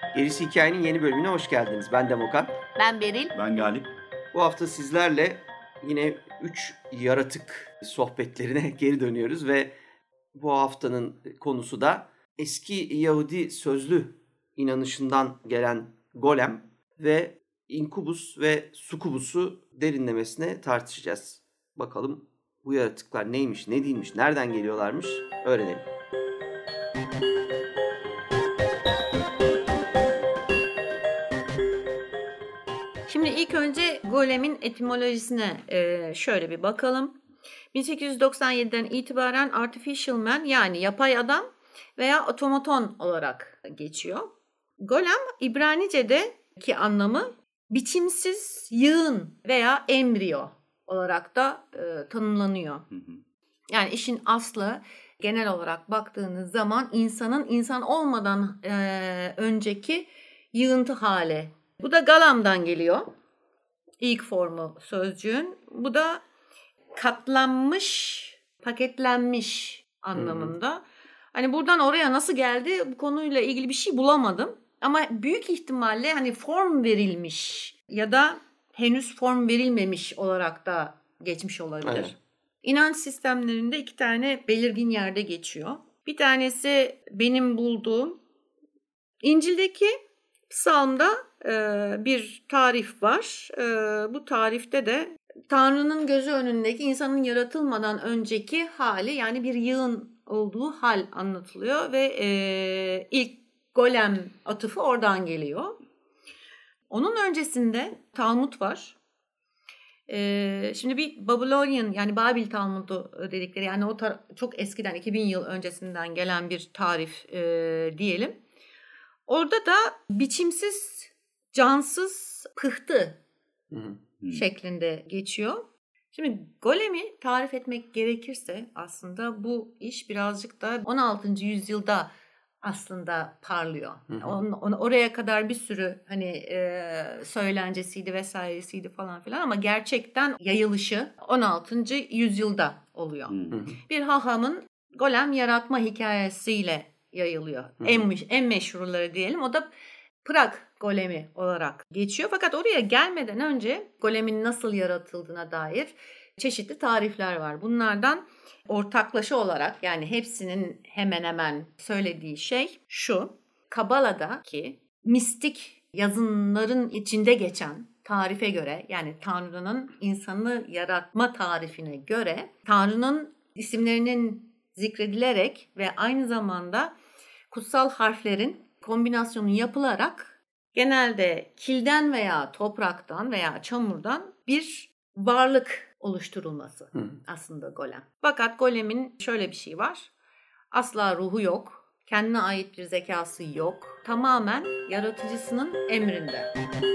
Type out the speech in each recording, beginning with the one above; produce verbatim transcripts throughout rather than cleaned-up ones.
Gerisi Hikayenin yeni bölümüne hoş geldiniz. Ben Demokan. Ben Beril. Ben Galip. Bu hafta sizlerle yine üç yaratık sohbetlerine geri dönüyoruz ve bu haftanın konusu da eski Yahudi sözlü inanışından gelen golem ve inkubus ve sukubus'u derinlemesine tartışacağız. Bakalım bu yaratıklar neymiş, ne değilmiş, nereden geliyorlarmış öğrenelim. Şimdi ilk önce golemin etimolojisine e, şöyle bir bakalım. bin sekiz yüz doksan yediden itibaren artificial man yani yapay adam veya otomaton olarak geçiyor. Golem İbranice'deki anlamı biçimsiz yığın veya embriyo olarak da e, tanımlanıyor. Hı hı. Yani işin aslı genel olarak baktığınız zaman insanın insan olmadan e, önceki yığıntı hali. Bu da galamdan geliyor. İlk formu sözcüğün. Bu da katlanmış, paketlenmiş anlamında. Hmm. Hani buradan oraya nasıl geldi bu konuyla ilgili bir şey bulamadım. Ama büyük ihtimalle hani form verilmiş ya da henüz form verilmemiş olarak da geçmiş olabilir. Evet. İnanç sistemlerinde iki tane belirgin yerde geçiyor. Bir tanesi benim bulduğum İncil'deki Psalm'da e, bir tarif var. E, bu tarifte de Tanrı'nın gözü önündeki insanın yaratılmadan önceki hali yani bir yığın olduğu hal anlatılıyor ve e, ilk golem atıfı oradan geliyor. Onun öncesinde Talmud var. E, şimdi bir Babylonian yani Babil Talmudu dedikleri yani o tar- çok eskiden iki bin yıl öncesinden gelen bir tarif e, diyelim. Orada da biçimsiz, cansız pıhtı hı hı. şeklinde geçiyor. Şimdi golemi tarif etmek gerekirse aslında bu iş birazcık da on altıncı yüzyılda aslında parlıyor. Hı hı. On, on, oraya kadar bir sürü hani e, söylencesiydi vesairesiydi falan filan ama gerçekten yayılışı on altıncı yüzyılda oluyor. Hı hı. Bir hahamın golem yaratma hikayesiyle yayılıyor. Hı hı. En, en meşhurları diyelim. O da Prag golemi olarak geçiyor. Fakat oraya gelmeden önce golemin nasıl yaratıldığına dair çeşitli tarifler var. Bunlardan ortaklaşa olarak yani hepsinin hemen hemen söylediği şey şu. Kabala'daki mistik yazınların içinde geçen tarife göre yani Tanrı'nın insanı yaratma tarifine göre Tanrı'nın isimlerinin zikredilerek ve aynı zamanda kutsal harflerin kombinasyonu yapılarak genelde kilden veya topraktan veya çamurdan bir varlık oluşturulması Hı. aslında golem. Fakat golemin şöyle bir şey var. Asla ruhu yok. Kendine ait bir zekası yok. Tamamen yaratıcısının emrinde.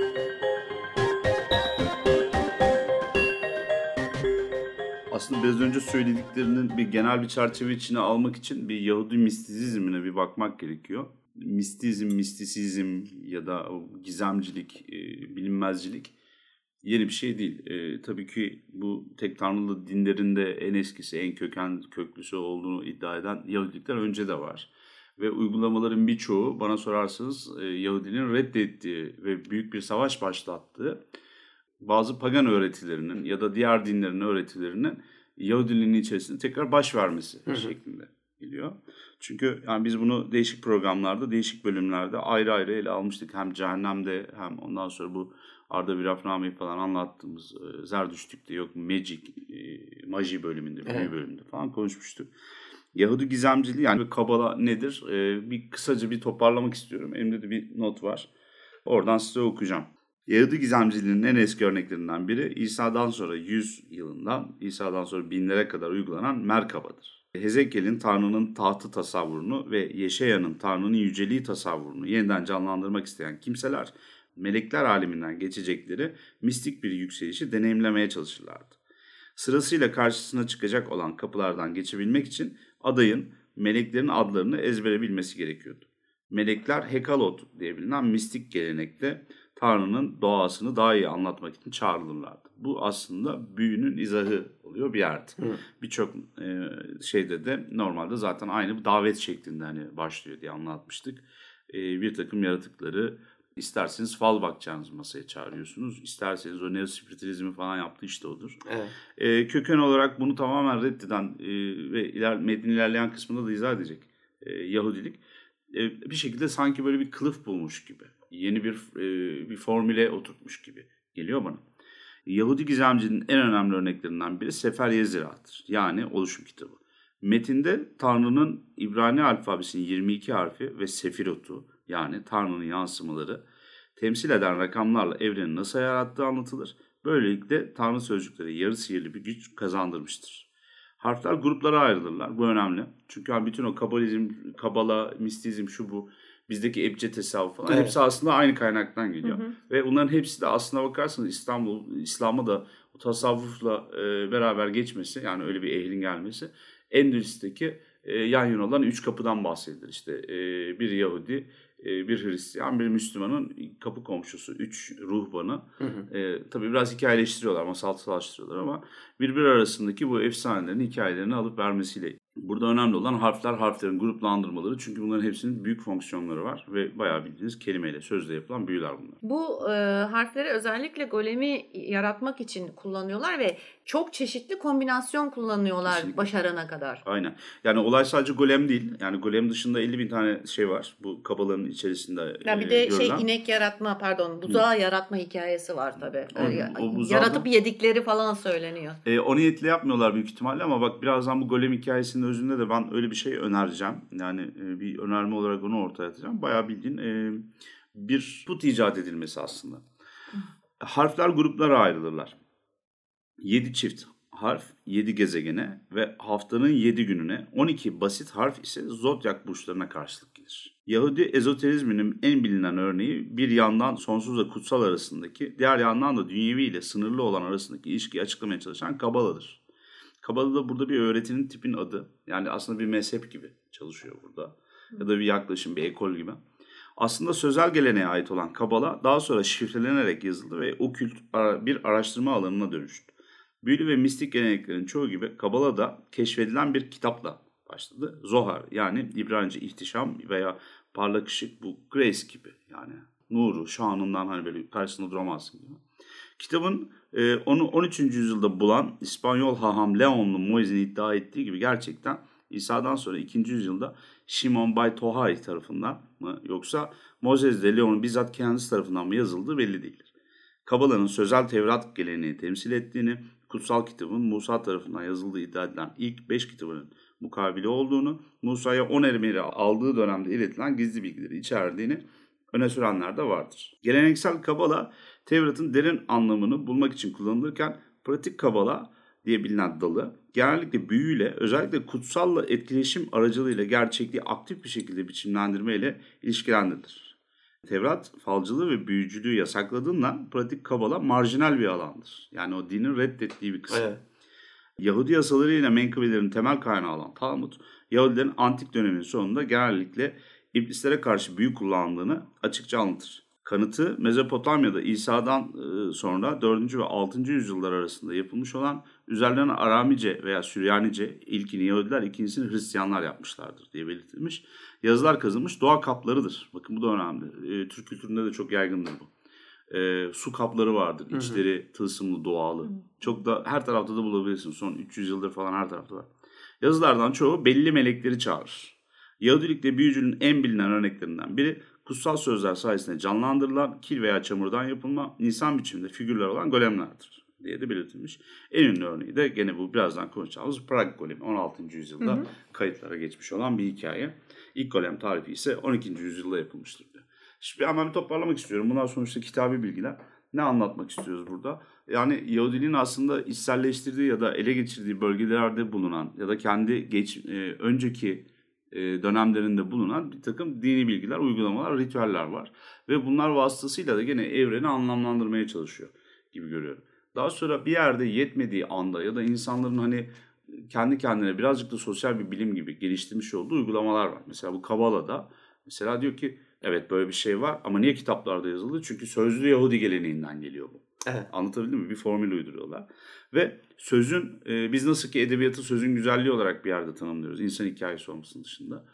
Aslında biraz önce söylediklerinin bir genel bir çerçeve içine almak için bir Yahudi mistisizmine bir bakmak gerekiyor. Mistizm, mistisizm ya da gizemcilik, bilinmezcilik yeni bir şey değil. E, tabii ki bu tek tanrılı dinlerinde en eskisi, en köken köklüsü olduğunu iddia eden Yahudilikler önce de var. Ve uygulamaların birçoğu bana sorarsanız e, Yahudinin reddettiği ve büyük bir savaş başlattığı bazı pagan öğretilerinin ya da diğer dinlerin öğretilerinin Yahudiliğin içerisinde tekrar baş vermesi hı hı. şeklinde geliyor. Çünkü yani biz bunu değişik programlarda, değişik bölümlerde ayrı ayrı ele almıştık. Hem cehennemde hem ondan sonra bu Arda Virafnami falan anlattığımız e, Zerdüştlük'te yok Magic, e, Maji bölümünde, büyü evet. bölümünde falan konuşmuştuk. Yahudi gizemciliği yani Kabala nedir? E, bir kısaca bir toparlamak istiyorum. Elimde de bir not var. Oradan size okuyacağım. Yahudi gizemciliğinin en eski örneklerinden biri İsa'dan sonra yüz yılından İsa'dan sonra binlere kadar uygulanan Merkaba'dır. Hezekiel'in Tanrı'nın tahtı tasavvurunu ve Yeşaya'nın Tanrı'nın yüceliği tasavvurunu yeniden canlandırmak isteyen kimseler melekler aleminden geçecekleri mistik bir yükselişi deneyimlemeye çalışırlardı. Sırasıyla karşısına çıkacak olan kapılardan geçebilmek için adayın meleklerin adlarını ezbere bilmesi gerekiyordu. Melekler Hekalot diye bilinen mistik gelenekte Tanrı'nın doğasını daha iyi anlatmak için çağrılırlardı. Bu aslında büyünün izahı oluyor bir yerde. Birçok e, şeyde de normalde zaten aynı davet şeklinde hani başlıyor diye anlatmıştık. e, bir takım yaratıkları isterseniz fal bakacağınız masaya çağırıyorsunuz. İsterseniz o neospiritizmi falan yaptığı işte odur. Evet. E, köken olarak bunu tamamen reddeden e, ve iler, metnin ilerleyen kısmında da izah edecek e, Yahudilik e, bir şekilde sanki böyle bir kılıf bulmuş gibi. Yeni bir e, bir formüle oturtmuş gibi geliyor bana. Yahudi gizemcinin en önemli örneklerinden biri Sefer Yezira'dır. Yani oluşum kitabı. Metinde Tanrı'nın İbrani alfabesinin yirmi iki harfi ve sefirotu yani Tanrı'nın yansımaları temsil eden rakamlarla evreni nasıl yarattığı anlatılır. Böylelikle Tanrı sözcükleri yarı sihirli bir güç kazandırmıştır. Harfler gruplara ayrılırlar. Bu önemli. Çünkü yani bütün o kabalizm, kabala, mistizm şu bu bizdeki ebced tasavvuf falan Evet. hepsi aslında aynı kaynaktan geliyor. Hı hı. Ve bunların hepsi de aslına bakarsanız İstanbul, İslam'a da o tasavvufla e, beraber geçmesi yani öyle bir ehlin gelmesi Endülüs'teki e, yan yana olan üç kapıdan bahsedilir. İşte e, bir Yahudi, e, bir Hristiyan, bir Müslümanın kapı komşusu, üç ruhbanı. Hı hı. E, tabii biraz hikayeleştiriyorlar, masallaştırıyorlar ama birbiri arasındaki bu efsanelerin hikayelerini alıp vermesiyle. Burada önemli olan harfler, harflerin gruplandırmaları. Çünkü bunların hepsinin büyük fonksiyonları var ve bayağı bildiğiniz kelimeyle, sözle yapılan büyüler bunlar. Bu e, harfleri özellikle golemi yaratmak için kullanıyorlar ve çok çeşitli kombinasyon kullanıyorlar Kesinlikle. başarana kadar. Aynen. Yani olay sadece golem değil. Yani golem dışında elli bin tane şey var. Bu kabaların içerisinde Ya bir e, de görülen. şey inek yaratma pardon buzağı yaratma hikayesi var tabii. O- E, o buzağı Yaratıp da- yedikleri falan söyleniyor. E, o niyetle yapmıyorlar büyük ihtimalle ama bak birazdan bu golem hikayesinin özünde de ben öyle bir şey önereceğim. Yani e, bir önerme olarak onu ortaya atacağım. Bayağı bildiğin e, bir put icat edilmesi aslında. Harfler gruplara ayrılırlar. yedi çift harf yedi gezegene ve haftanın yedi gününe on iki basit harf ise zodyak burçlarına karşılık gelir. Yahudi ezoterizminin en bilinen örneği bir yandan sonsuzla kutsal arasındaki, diğer yandan da dünyevi ile sınırlı olan arasındaki ilişkiyi açıklamaya çalışan Kabala'dır. Kabala da burada bir öğretinin tipin adı. Yani aslında bir mezhep gibi çalışıyor burada. Ya da bir yaklaşım, bir ekol gibi. Aslında sözel geleneğe ait olan Kabala daha sonra şifrelenerek yazıldı ve okült bir araştırma alanına dönüştü. Büyülü ve mistik geleneklerin çoğu gibi Kabala da keşfedilen bir kitapla başladı. Zohar yani İbranice ihtişam veya parlak ışık bu Grace gibi yani nuru, şanından hani böyle karşısında duramazsın gibi. Kitabın e, onu on üçüncü yüzyılda bulan İspanyol haham Leonlu Moise'in iddia ettiği gibi gerçekten İsa'dan sonra ikinci yüzyılda Simon Bay Tohay tarafından mı yoksa Moses de Leon'un bizzat kendisi tarafından mı yazıldığı belli değildir. Kabala'nın sözel Tevrat geleneği temsil ettiğini, kutsal kitabın Musa tarafından yazıldığı iddia edilen ilk beş kitabının mukabili olduğunu, Musa'ya on emiri aldığı dönemde iletilen gizli bilgileri içerdiğini öne sürenler de vardır. Geleneksel Kabala, Tevrat'ın derin anlamını bulmak için kullanılırken pratik Kabala diye bilinen dalı genellikle büyüyle özellikle kutsalla etkileşim aracılığıyla gerçekliği aktif bir şekilde biçimlendirmeyle ilişkilendirilir. Tevrat falcılığı ve büyücülüğü yasakladığında pratik Kabala marjinal bir alandır. Yani o dinin reddettiği bir kısım. Evet. Yahudi yasalarıyla menkıbelerin temel kaynağı olan Talmud, Yahudilerin antik dönemin sonunda genellikle iblislere karşı büyü kullandığını açıkça anlatır. Kanıtı Mezopotamya'da İsa'dan sonra dördüncü ve altıncı yüzyıllar arasında yapılmış olan üzerlerine Aramice veya Süryanice ilkini Yahudiler ikincisini Hristiyanlar yapmışlardır diye belirtilmiş. Yazılar kazılmış doğa kaplarıdır. Bakın bu da önemli. E, Türk kültüründe de çok yaygındır bu. E, su kapları vardır. Hı hı. İçleri tılsımlı, doğalı. Çok da her tarafta da bulabilirsin. Son üç yüz yıldır falan her tarafta var. Yazılardan çoğu belli melekleri çağırır. Yahudilikte büyücünün en bilinen örneklerinden biri kutsal sözler sayesinde canlandırılan kil veya çamurdan yapılma insan biçiminde figürler olan golemlerdir diye de belirtilmiş. En ünlü örneği de gene bu birazdan konuşacağımız Prag golemi on altıncı yüzyılda hı hı. kayıtlara geçmiş olan bir hikaye. İlk golem tarifi ise on ikinci yüzyılda yapılmıştır diyor. Şimdi hemen bir toparlamak istiyorum. Bunlar sonuçta kitabi bilgiler. Ne anlatmak istiyoruz burada? Yani Yahudiliğin aslında içselleştirdiği ya da ele geçirdiği bölgelerde bulunan ya da kendi geç, e, önceki e, dönemlerinde bulunan bir takım dini bilgiler, uygulamalar, ritüeller var. Ve bunlar vasıtasıyla da gene evreni anlamlandırmaya çalışıyor gibi görüyorum. Daha sonra bir yerde yetmediği anda ya da insanların hani kendi kendine birazcık da sosyal bir bilim gibi geliştirmiş olduğu uygulamalar var. Mesela bu Kabala'da mesela diyor ki evet böyle bir şey var ama niye kitaplarda yazıldı? Çünkü sözlü Yahudi geleneğinden geliyor bu. Evet. Anlatabildim mi? Bir formül uyduruyorlar. Ve sözün, e, biz nasıl ki edebiyatı sözün güzelliği olarak bir yerde tanımlıyoruz. İnsan hikayesi olmasının dışında.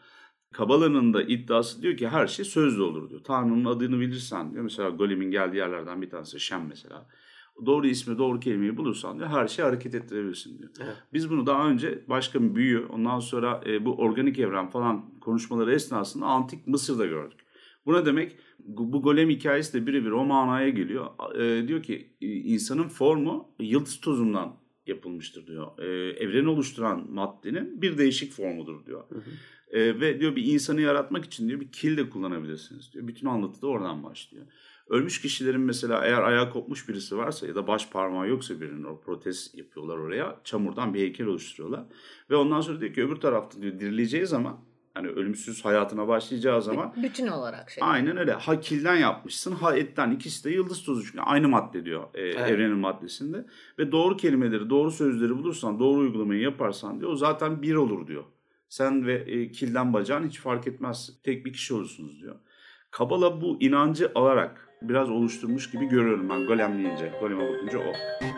Kabala'nın da iddiası diyor ki her şey sözlü olur diyor. Tanrı'nın adını bilirsen diyor. Mesela Golem'in geldiği yerlerden bir tanesi Shem mesela. Doğru ismi, doğru kelimeyi bulursan diyor her şeyi hareket ettirebilirsin diyor. Evet. Biz bunu daha önce başka bir büyü, ondan sonra e, bu organik evren falan konuşmaları esnasında Antik Mısır'da gördük. Bu ne demek? Bu golem hikayesi de birebir o manaya geliyor. E, diyor ki insanın formu yıldız tozundan yapılmıştır diyor. E, evreni oluşturan maddenin bir değişik formudur diyor. Hı hı. E, ve diyor bir insanı yaratmak için diyor bir kil de kullanabilirsiniz diyor. Bütün anlatı da oradan başlıyor. Ölmüş kişilerin mesela eğer ayağı kopmuş birisi varsa ya da baş parmağı yoksa birinin o protez yapıyorlar oraya. Çamurdan bir heykel oluşturuyorlar. Ve ondan sonra diyor ki öbür tarafta diyor dirileceği zaman hani ölümsüz hayatına başlayacağı zaman. Bütün olarak şey. Aynen öyle. Ha kilden yapmışsın ha etten ikisi de yıldız tozu çünkü aynı madde diyor e, evet. Evrenin maddesinde. Ve doğru kelimeleri doğru sözleri bulursan doğru uygulamayı yaparsan diyor o zaten bir olur diyor. Sen ve e, kilden bacağın hiç fark etmez. Tek bir kişi olursunuz diyor. Kabala bu inancı alarak biraz oluşturmuş gibi görüyorum ben golem deyince. Goleme bakınca o.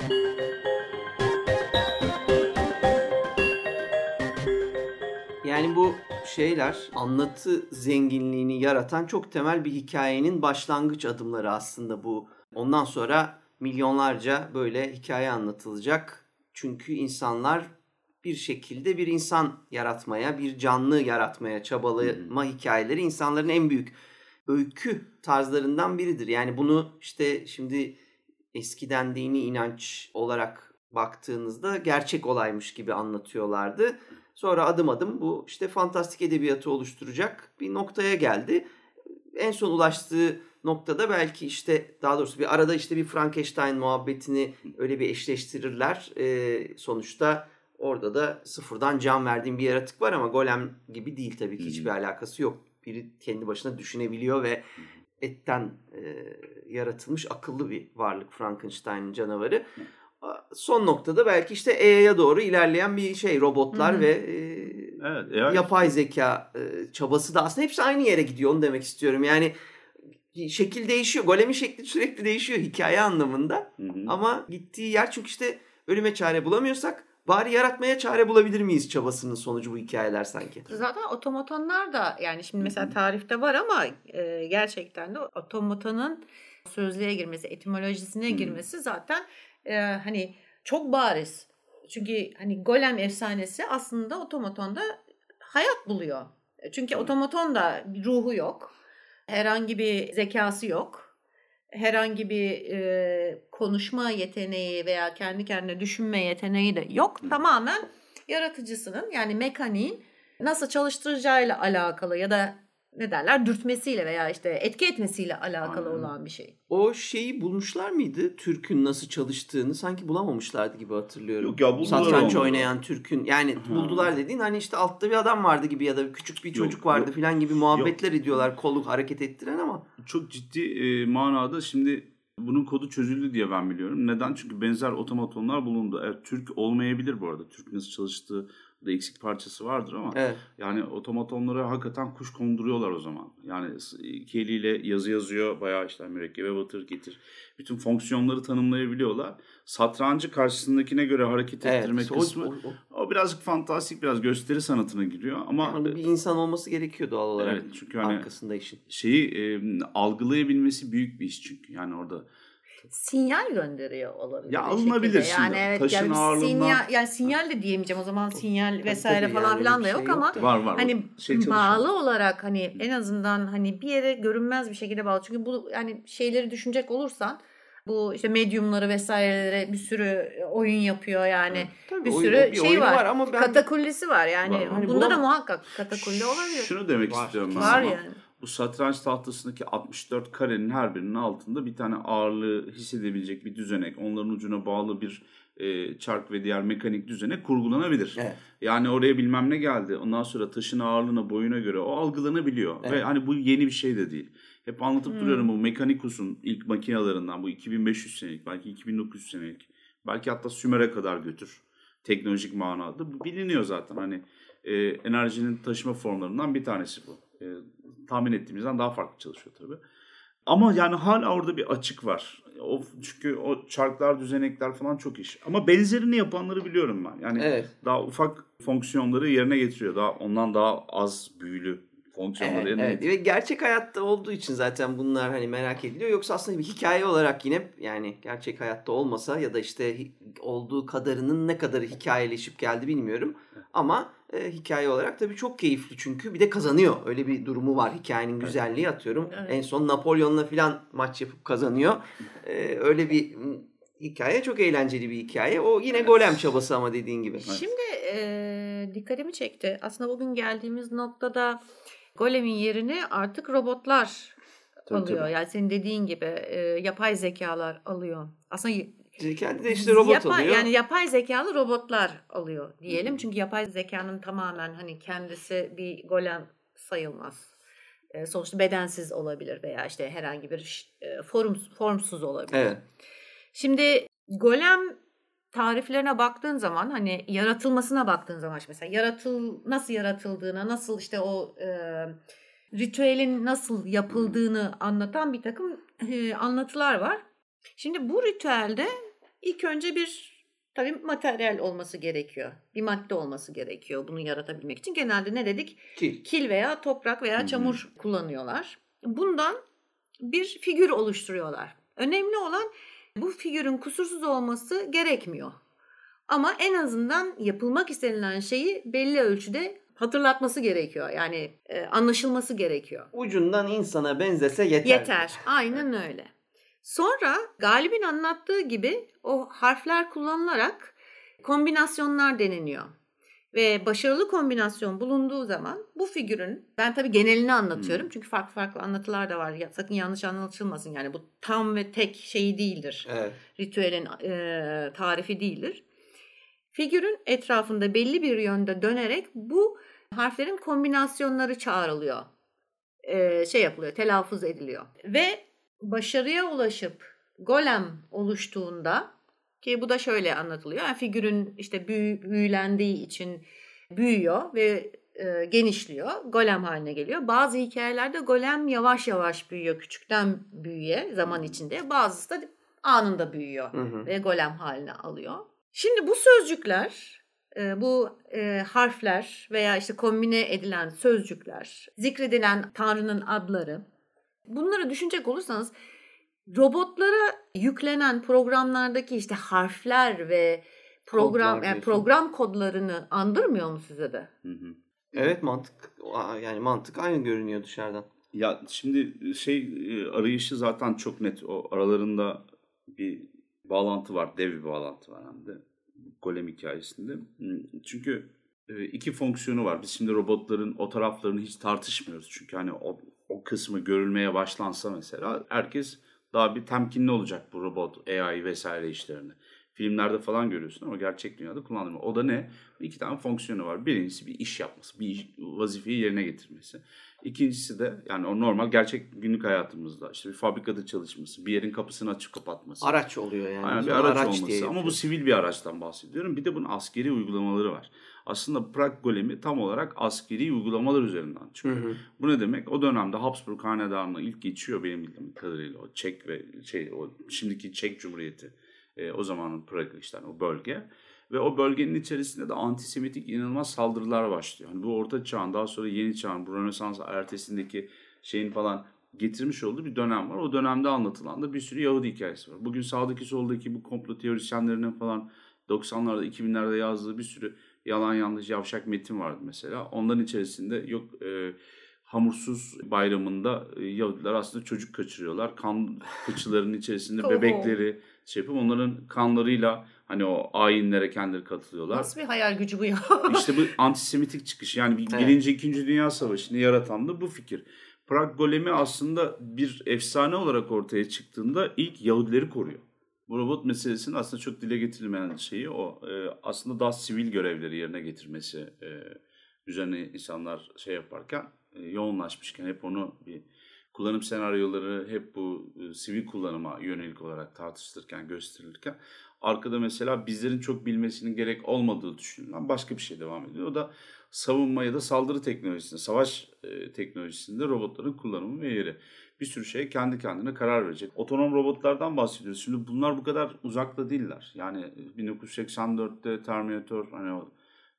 Yani bu şeyler anlatı zenginliğini yaratan çok temel bir hikayenin başlangıç adımları aslında bu. Ondan sonra milyonlarca böyle hikaye anlatılacak. Çünkü insanlar bir şekilde bir insan yaratmaya, bir canlı yaratmaya çabalama hikayeleri insanların en büyük öykü tarzlarından biridir. Yani bunu işte şimdi eskiden dini inanç olarak baktığınızda gerçek olaymış gibi anlatıyorlardı. Sonra adım adım bu işte fantastik edebiyatı oluşturacak bir noktaya geldi. En son ulaştığı noktada belki işte daha doğrusu bir arada işte bir Frankenstein muhabbetini öyle bir eşleştirirler. Ee, sonuçta orada da sıfırdan can verdiğim bir yaratık var ama golem gibi değil tabii ki hiçbir alakası yok. Biri kendi başına düşünebiliyor ve etten e, yaratılmış akıllı bir varlık Frankenstein'in canavarı. Son noktada belki işte A I'ya doğru ilerleyen bir şey robotlar Hı-hı. ve e, evet, A I yapay zeka e, çabası da aslında hepsi aynı yere gidiyor onu demek istiyorum. Yani şekil değişiyor. Golemin şekli sürekli değişiyor hikaye anlamında. Hı-hı. Ama gittiği yer çünkü işte ölüme çare bulamıyorsak bari yaratmaya çare bulabilir miyiz çabasının sonucu bu hikayeler sanki. Zaten otomatonlar da yani şimdi mesela tarifte var ama e, gerçekten de otomatonun sözlüğe girmesi, etimolojisine Hı-hı. girmesi zaten e, hani çok bariz. Çünkü hani golem efsanesi aslında otomatonda hayat buluyor. Çünkü Hı-hı. otomaton bir ruhu yok. Herhangi bir zekası yok. Herhangi bir e, konuşma yeteneği veya kendi kendine düşünme yeteneği de yok. Hı. Tamamen yaratıcısının yani mekaniğin nasıl çalıştıracağıyla alakalı ya da ne derler dürtmesiyle veya işte etki etmesiyle alakalı Aynen. olan bir şey. O şeyi bulmuşlar mıydı? Türk'ün nasıl çalıştığını sanki bulamamışlardı gibi hatırlıyorum. Yok ya buldular Satranç oynayan Türk'ün yani ha. buldular dediğin hani işte altta bir adam vardı gibi ya da küçük bir çocuk yok, vardı yok. falan gibi muhabbetler yok. ediyorlar kolu hareket ettiren ama. Çok ciddi e, manada şimdi bunun kodu çözüldü diye ben biliyorum. Neden? Çünkü benzer otomatonlar bulundu. Evet Türk olmayabilir bu arada. Türk nasıl çalıştığı da eksik parçası vardır ama evet. yani otomatonlara hakikaten kuş konduruyorlar o zaman. Yani iki eliyle yazı yazıyor bayağı işte mürekkebe batır getir. Bütün fonksiyonları tanımlayabiliyorlar. Satrancı karşısındakine göre hareket evet, ettirmek o, kısmı o, o. o birazcık fantastik biraz gösteri sanatına giriyor ama yani bir insan olması gerekiyor doğal olarak. Evet, çünkü hani arkasında işin. Şeyi e, algılayabilmesi büyük bir iş çünkü. Yani orada sinyal gönderiyor olabilir. Ya alınabilir yani evet, taşın yani ağırlığından. Sinyal, yani sinyal de diyemeyeceğim o zaman sinyal vesaire tabii, falan yani filan da yok şey ama var, var, hani şey bağlı olarak hani en azından hani bir yere görünmez bir şekilde bağlı. Çünkü bu yani şeyleri düşünecek olursan bu işte medyumları vesairelere bir sürü oyun yapıyor yani. Tabii, bir oyun, sürü bir şey var. var ama ben... Katakullisi var yani. Var, hani bunda bulam- da muhakkak katakulli olabilir. Şunu demek var. istiyorum ben var ama. Yani. Bu satranç tahtasındaki altmış dört karenin her birinin altında bir tane ağırlığı hissedebilecek bir düzenek, onların ucuna bağlı bir e, çark ve diğer mekanik düzenek kurgulanabilir. Evet. Yani oraya bilmem ne geldi. Ondan sonra taşın ağırlığına, boyuna göre o algılanabiliyor. Evet. Ve hani bu yeni bir şey de değil. Hep anlatıp hmm. duruyorum bu Mechanicus'un ilk makinalarından bu iki bin beş yüz senelik, belki iki bin dokuz yüz senelik, belki hatta Sümer'e kadar götür. Teknolojik manada. Bu biliniyor zaten hani e, enerjinin taşıma formlarından bir tanesi bu. E, tahmin ettiğimizden daha farklı çalışıyor tabii. Ama yani hala orada bir açık var. O, çünkü o çarklar, düzenekler falan çok iş. Ama benzerini yapanları biliyorum ben. Yani evet. daha ufak fonksiyonları yerine getiriyor. Daha ondan daha az büyülü fonksiyonları Evet, yerine evet. getiriyor. Ve gerçek hayatta olduğu için zaten bunlar hani merak ediliyor. Yoksa aslında bir hikaye olarak yine yani gerçek hayatta olmasa ya da işte hi- olduğu kadarının ne kadarı hikayeleşip geldi bilmiyorum. Ama e, hikaye olarak tabii çok keyifli çünkü bir de kazanıyor. Öyle bir durumu var. Hikayenin güzelliği atıyorum. Evet. En son Napolyon'la falan maç yapıp kazanıyor. E, öyle bir m, hikaye çok eğlenceli bir hikaye. O yine golem çabası ama dediğin gibi. Şimdi e, dikkatimi çekti. Aslında bugün geldiğimiz noktada golemin yerini artık robotlar Tabii, alıyor. tabii. Yani senin dediğin gibi e, yapay zekalar alıyor. Aslında Kendi de işte robot yapay, oluyor. yani yapay zekalı robotlar alıyor diyelim. Hı hı. Çünkü yapay zekanın tamamen hani kendisi bir golem sayılmaz. E, sonuçta bedensiz olabilir veya işte herhangi bir e, form, formsuz olabilir. Evet. Şimdi golem tariflerine baktığın zaman hani yaratılmasına baktığın zaman mesela yaratıl nasıl yaratıldığına, nasıl işte o e, ritüelin nasıl yapıldığını anlatan bir takım e, anlatılar var. Şimdi bu ritüelde ilk önce bir tabii materyal olması gerekiyor. Bir madde olması gerekiyor bunu yaratabilmek için. Genelde ne dedik? Kil. Kil veya toprak veya Hı hı. çamur kullanıyorlar. Bundan bir figür oluşturuyorlar. Önemli olan bu figürün kusursuz olması gerekmiyor. Ama en azından yapılmak istenilen şeyi belli ölçüde hatırlatması gerekiyor. Yani e, anlaşılması gerekiyor. Ucundan insana benzese yeter. Yeter. Aynen öyle. Sonra Galip'in anlattığı gibi o harfler kullanılarak kombinasyonlar deneniyor. Ve başarılı kombinasyon bulunduğu zaman bu figürün, ben tabii genelini anlatıyorum. Hmm. Çünkü farklı farklı anlatılar da var. Ya, sakın yanlış anlaşılmasın. Yani bu tam ve tek şeyi değildir. Evet. Ritüelin e, tarifi değildir. Figürün etrafında belli bir yönde dönerek bu harflerin kombinasyonları çağrılıyor. E, şey yapılıyor, telaffuz ediliyor. Ve başarıya ulaşıp golem oluştuğunda, ki bu da şöyle anlatılıyor. Yani figürün işte büyü, büyülendiği için büyüyor ve e, genişliyor. Golem haline geliyor. Bazı hikayelerde golem yavaş yavaş büyüyor. Küçükten büyüye zaman içinde. Bazısı da anında büyüyor Hı hı. ve golem haline alıyor. Şimdi bu sözcükler, e, bu e, harfler veya işte kombine edilen sözcükler, zikredilen Tanrı'nın adları, bunları düşünecek olursanız robotlara yüklenen programlardaki işte harfler ve program Kodlar yani diyorsun. program kodlarını andırmıyor mu size de? Hı hı. Evet, mantık yani mantık aynı görünüyor dışarıdan. Ya şimdi şey e, arayışı zaten çok net. O aralarında bir bağlantı var. Dev bir bağlantı var hem de. Golem hikayesinde. Çünkü e, iki fonksiyonu var. Biz şimdi robotların o taraflarını hiç tartışmıyoruz. Çünkü hani o, o kısmı görülmeye başlansa mesela herkes daha bir temkinli olacak bu robot, A I vesaire işlerini. Filmlerde falan görüyorsun ama gerçek dünyada kullanılmıyor. O da ne? İki tane fonksiyonu var. Birincisi bir iş yapması, bir iş, vazifeyi yerine getirmesi. İkincisi de yani o normal gerçek günlük hayatımızda işte bir fabrikada çalışması, bir yerin kapısını açıp kapatması. Araç oluyor yani. Aynen Biz bir onu araç, araç olması diye ama bu yapıyoruz. sivil bir araçtan bahsediyorum. Bir de bunun askeri uygulamaları var. Aslında Prag Golemi tam olarak askeri uygulamalar üzerinden çıkıyor. Hı hı. Bu ne demek? O dönemde Habsburg Hanedanı'na ilk geçiyor benim bildiğim kadarıyla o Çek ve şey o şimdiki Çek Cumhuriyeti. E, o zamanın Prag işte o bölge. Ve o bölgenin içerisinde de antisemitik inanılmaz saldırılar başlıyor. Yani bu Orta Çağ'ın daha sonra Yeni Çağ'ın bu Rönesans ertesindeki şeyin falan getirmiş olduğu bir dönem var. O dönemde anlatılan da bir sürü Yahudi hikayesi var. Bugün sağdaki soldaki bu komplo teorisyenlerinin falan doksanlarda iki binlerde yazdığı bir sürü yalan yanlış yavşak metin vardı mesela. Onların içerisinde yok e, hamursuz bayramında e, Yahudiler aslında çocuk kaçırıyorlar. Kan fıçılarının içerisinde bebekleri şey yapıp onların kanlarıyla hani o ayinlere kendileri katılıyorlar. Nasıl bir hayal gücü bu ya? İşte bu antisemitik çıkış yani bir, Evet. Birinci, İkinci Dünya Savaşı'nı yaratan da bu fikir. Prag Golemi aslında bir efsane olarak ortaya çıktığında ilk Yahudileri koruyor. Bu robot meselesinin aslında çok dile getirilmeyen şeyi o. E, aslında daha sivil görevleri yerine getirmesi e, üzerine insanlar şey yaparken e, yoğunlaşmışken hep onu bir kullanım senaryoları hep bu e, sivil kullanıma yönelik olarak tartışılırken gösterilirken arkada mesela bizlerin çok bilmesinin gerek olmadığı düşünülen başka bir şey devam ediyor. O da savunma ya da saldırı teknolojisinde, savaş e, teknolojisinde robotların kullanımı ve yeri. Bir sürü şey kendi kendine karar verecek. Otonom robotlardan bahsediyoruz. Şimdi bunlar bu kadar uzakta değiller. Yani bin dokuz yüz seksen dörtte Terminator hani o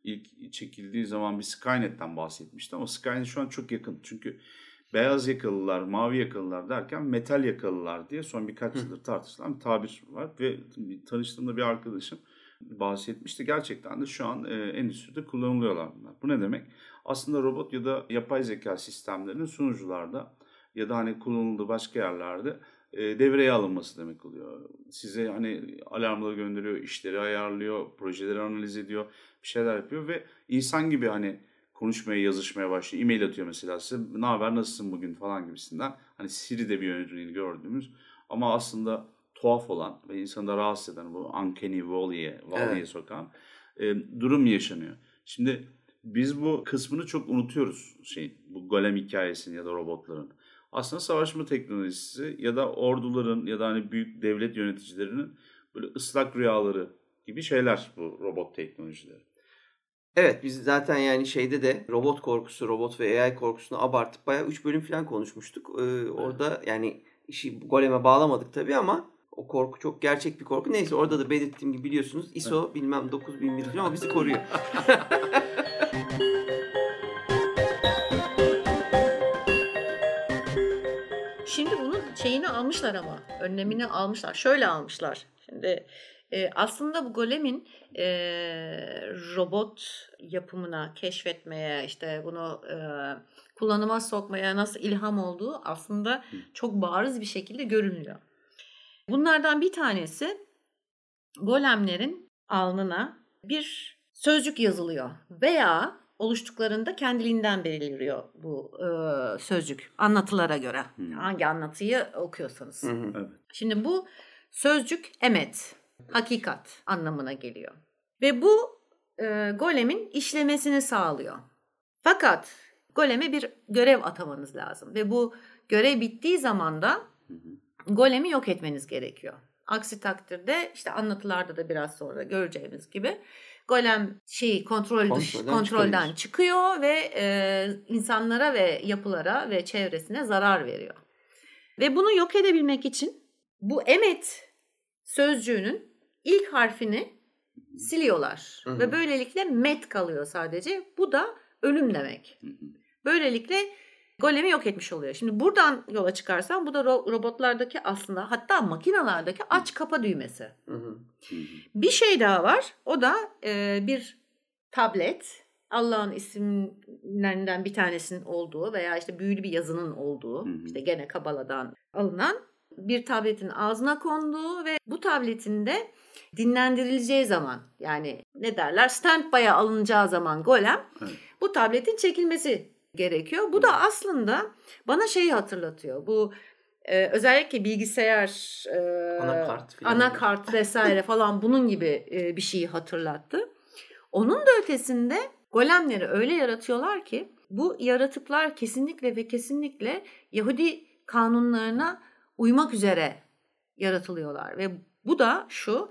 ilk çekildiği zaman bir Skynet'ten bahsetmişti ama Skynet şu an çok yakın. Çünkü beyaz yakalılar, mavi yakalılar derken metal yakalılar diye son birkaç yıldır tartışılan bir tabir var. Ve tanıştığımda bir arkadaşım bahsetmişti. Gerçekten de şu an e, endüstride kullanılıyorlar bunlar. Bu ne demek? Aslında robot ya da yapay zeka sistemlerinin sunucularda ya da hani kullanıldığı başka yerlerde e, devreye alınması demek oluyor. Size hani alarmları gönderiyor, işleri ayarlıyor, projeleri analiz ediyor, bir şeyler yapıyor ve insan gibi hani konuşmaya, yazışmaya başlıyor. E-mail atıyor mesela size. Ne haber, nasılsın bugün falan gibisinden. Hani Siri'de bir örneğini gördüğümüz ama aslında tuhaf olan ve insanı da rahatsız eden bu uncanny valley'e, valley'e evet. sokan e, durum yaşanıyor. Şimdi biz bu kısmını çok unutuyoruz. Şey, bu golem hikayesini ya da robotların. Aslında savaşma teknolojisi ya da orduların ya da hani büyük devlet yöneticilerinin böyle ıslak rüyaları gibi şeyler bu robot teknolojileri. Evet, biz zaten yani şeyde de robot korkusu, robot ve A I korkusunu abartıp bayağı üç bölüm falan konuşmuştuk. Ee, orada yani işi goleme bağlamadık tabii ama o korku çok gerçek bir korku. Neyse orada da belirttiğim gibi biliyorsunuz I S O bilmem dokuz bin bir ama bizi koruyor. Şimdi bunun şeyini almışlar ama önlemini almışlar. Şöyle almışlar. Şimdi e, aslında bu golemin e, robot yapımına, keşfetmeye, işte bunu e, kullanıma sokmaya nasıl ilham olduğu aslında çok bariz bir şekilde görünüyor. Bunlardan bir tanesi golemlerin alnına bir sözcük yazılıyor veya oluştuklarında kendiliğinden belirliyor bu e, sözcük anlatılara göre. Hmm. Hangi anlatıyı okuyorsanız. Hmm. Evet. Şimdi bu sözcük emet, hakikat anlamına geliyor. Ve bu e, golemin işlemesini sağlıyor. Fakat goleme bir görev atamanız lazım. Ve bu görev bittiği zaman da golemi yok etmeniz gerekiyor. Aksi takdirde işte anlatılarda da biraz sonra göreceğimiz gibi golem şeyi kontrol dış, kontrolden, kontrolden çıkıyor ve e, insanlara ve yapılara ve çevresine zarar veriyor. Ve bunu yok edebilmek için bu emet sözcüğünün ilk harfini siliyorlar. Hı hı. Ve böylelikle met kalıyor sadece. Bu da ölüm demek. Hı hı. Böylelikle golemi yok etmiş oluyor. Şimdi buradan yola çıkarsam bu da ro- robotlardaki aslında hatta makinalardaki aç kapa düğmesi. Hı hı. Bir şey daha var. O da e, bir tablet. Allah'ın isimlerinden bir tanesinin olduğu veya işte büyülü bir yazının olduğu, hı hı. işte gene Kabala'dan alınan bir tabletin ağzına konduğu ve bu tabletin de dinlendirileceği zaman yani ne derler standby'a alınacağı zaman golem evet. bu tabletin çekilmesi gerekiyor. Bu da aslında bana şeyi hatırlatıyor. Bu e, özellikle bilgisayar, e, anakart, anakart vesaire falan bunun gibi e, bir şeyi hatırlattı. Onun da ötesinde golemleri öyle yaratıyorlar ki bu yaratıklar kesinlikle ve kesinlikle Yahudi kanunlarına uymak üzere yaratılıyorlar. Ve bu da şu,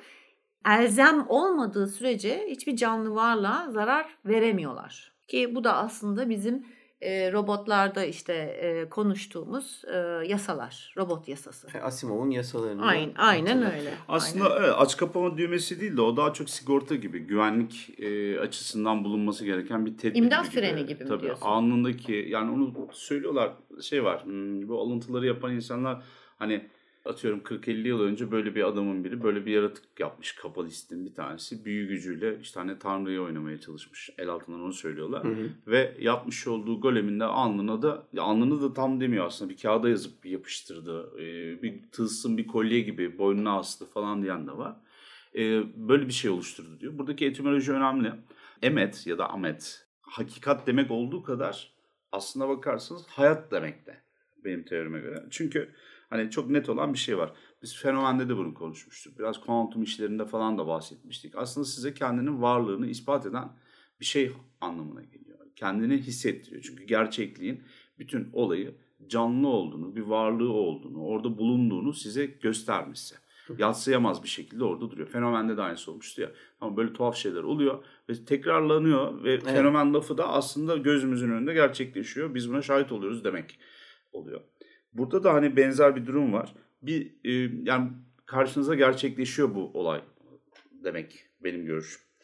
elzem olmadığı sürece hiçbir canlı varlığa zarar veremiyorlar. Ki bu da aslında bizim e, robotlarda işte e, konuştuğumuz e, yasalar, robot yasası. Asimov'un yasalarını. Aynen, aynen öyle. Aslında aynen. Evet, aç kapama düğmesi değil de o daha çok sigorta gibi, güvenlik e, açısından bulunması gereken bir tedbir İmdat gibi. freni gibi mi Tabii, diyorsun? Alnındaki yani onu söylüyorlar şey var hmm, bu alıntıları yapan insanlar hani atıyorum kırk elli yıl önce böyle bir adamın biri böyle bir yaratık yapmış kabalistin bir tanesi. Büyü gücüyle işte hani Tanrı'yı oynamaya çalışmış. El altından onu söylüyorlar. Hı hı. Ve yapmış olduğu golemin de alnına da alnını da tam demiyor aslında. Bir kağıda yazıp bir yapıştırdı. Ee, bir tılsım bir kolye gibi boynuna astı falan diyen de var. Ee, böyle bir şey oluşturdu diyor. Buradaki etimoloji önemli. Emet ya da amet hakikat demek olduğu kadar aslına bakarsanız hayat demek de benim teorime göre. Çünkü hani çok net olan bir şey var. Biz fenomende de bunu konuşmuştuk. Biraz kuantum işlerinde falan da bahsetmiştik. Aslında size kendinin varlığını ispat eden bir şey anlamına geliyor. Kendini hissettiriyor. Çünkü gerçekliğin bütün olayı canlı olduğunu, bir varlığı olduğunu, orada bulunduğunu size göstermişse. Yadsıyamaz bir şekilde orada duruyor. Fenomende de aynısı olmuştu ya. Ama böyle tuhaf şeyler oluyor ve tekrarlanıyor ve evet. Fenomen lafı da aslında gözümüzün önünde gerçekleşiyor. Biz buna şahit oluyoruz demek oluyor. Burada da hani benzer bir durum var. Bir e, yani karşınıza gerçekleşiyor bu olay demek benim görüşüm.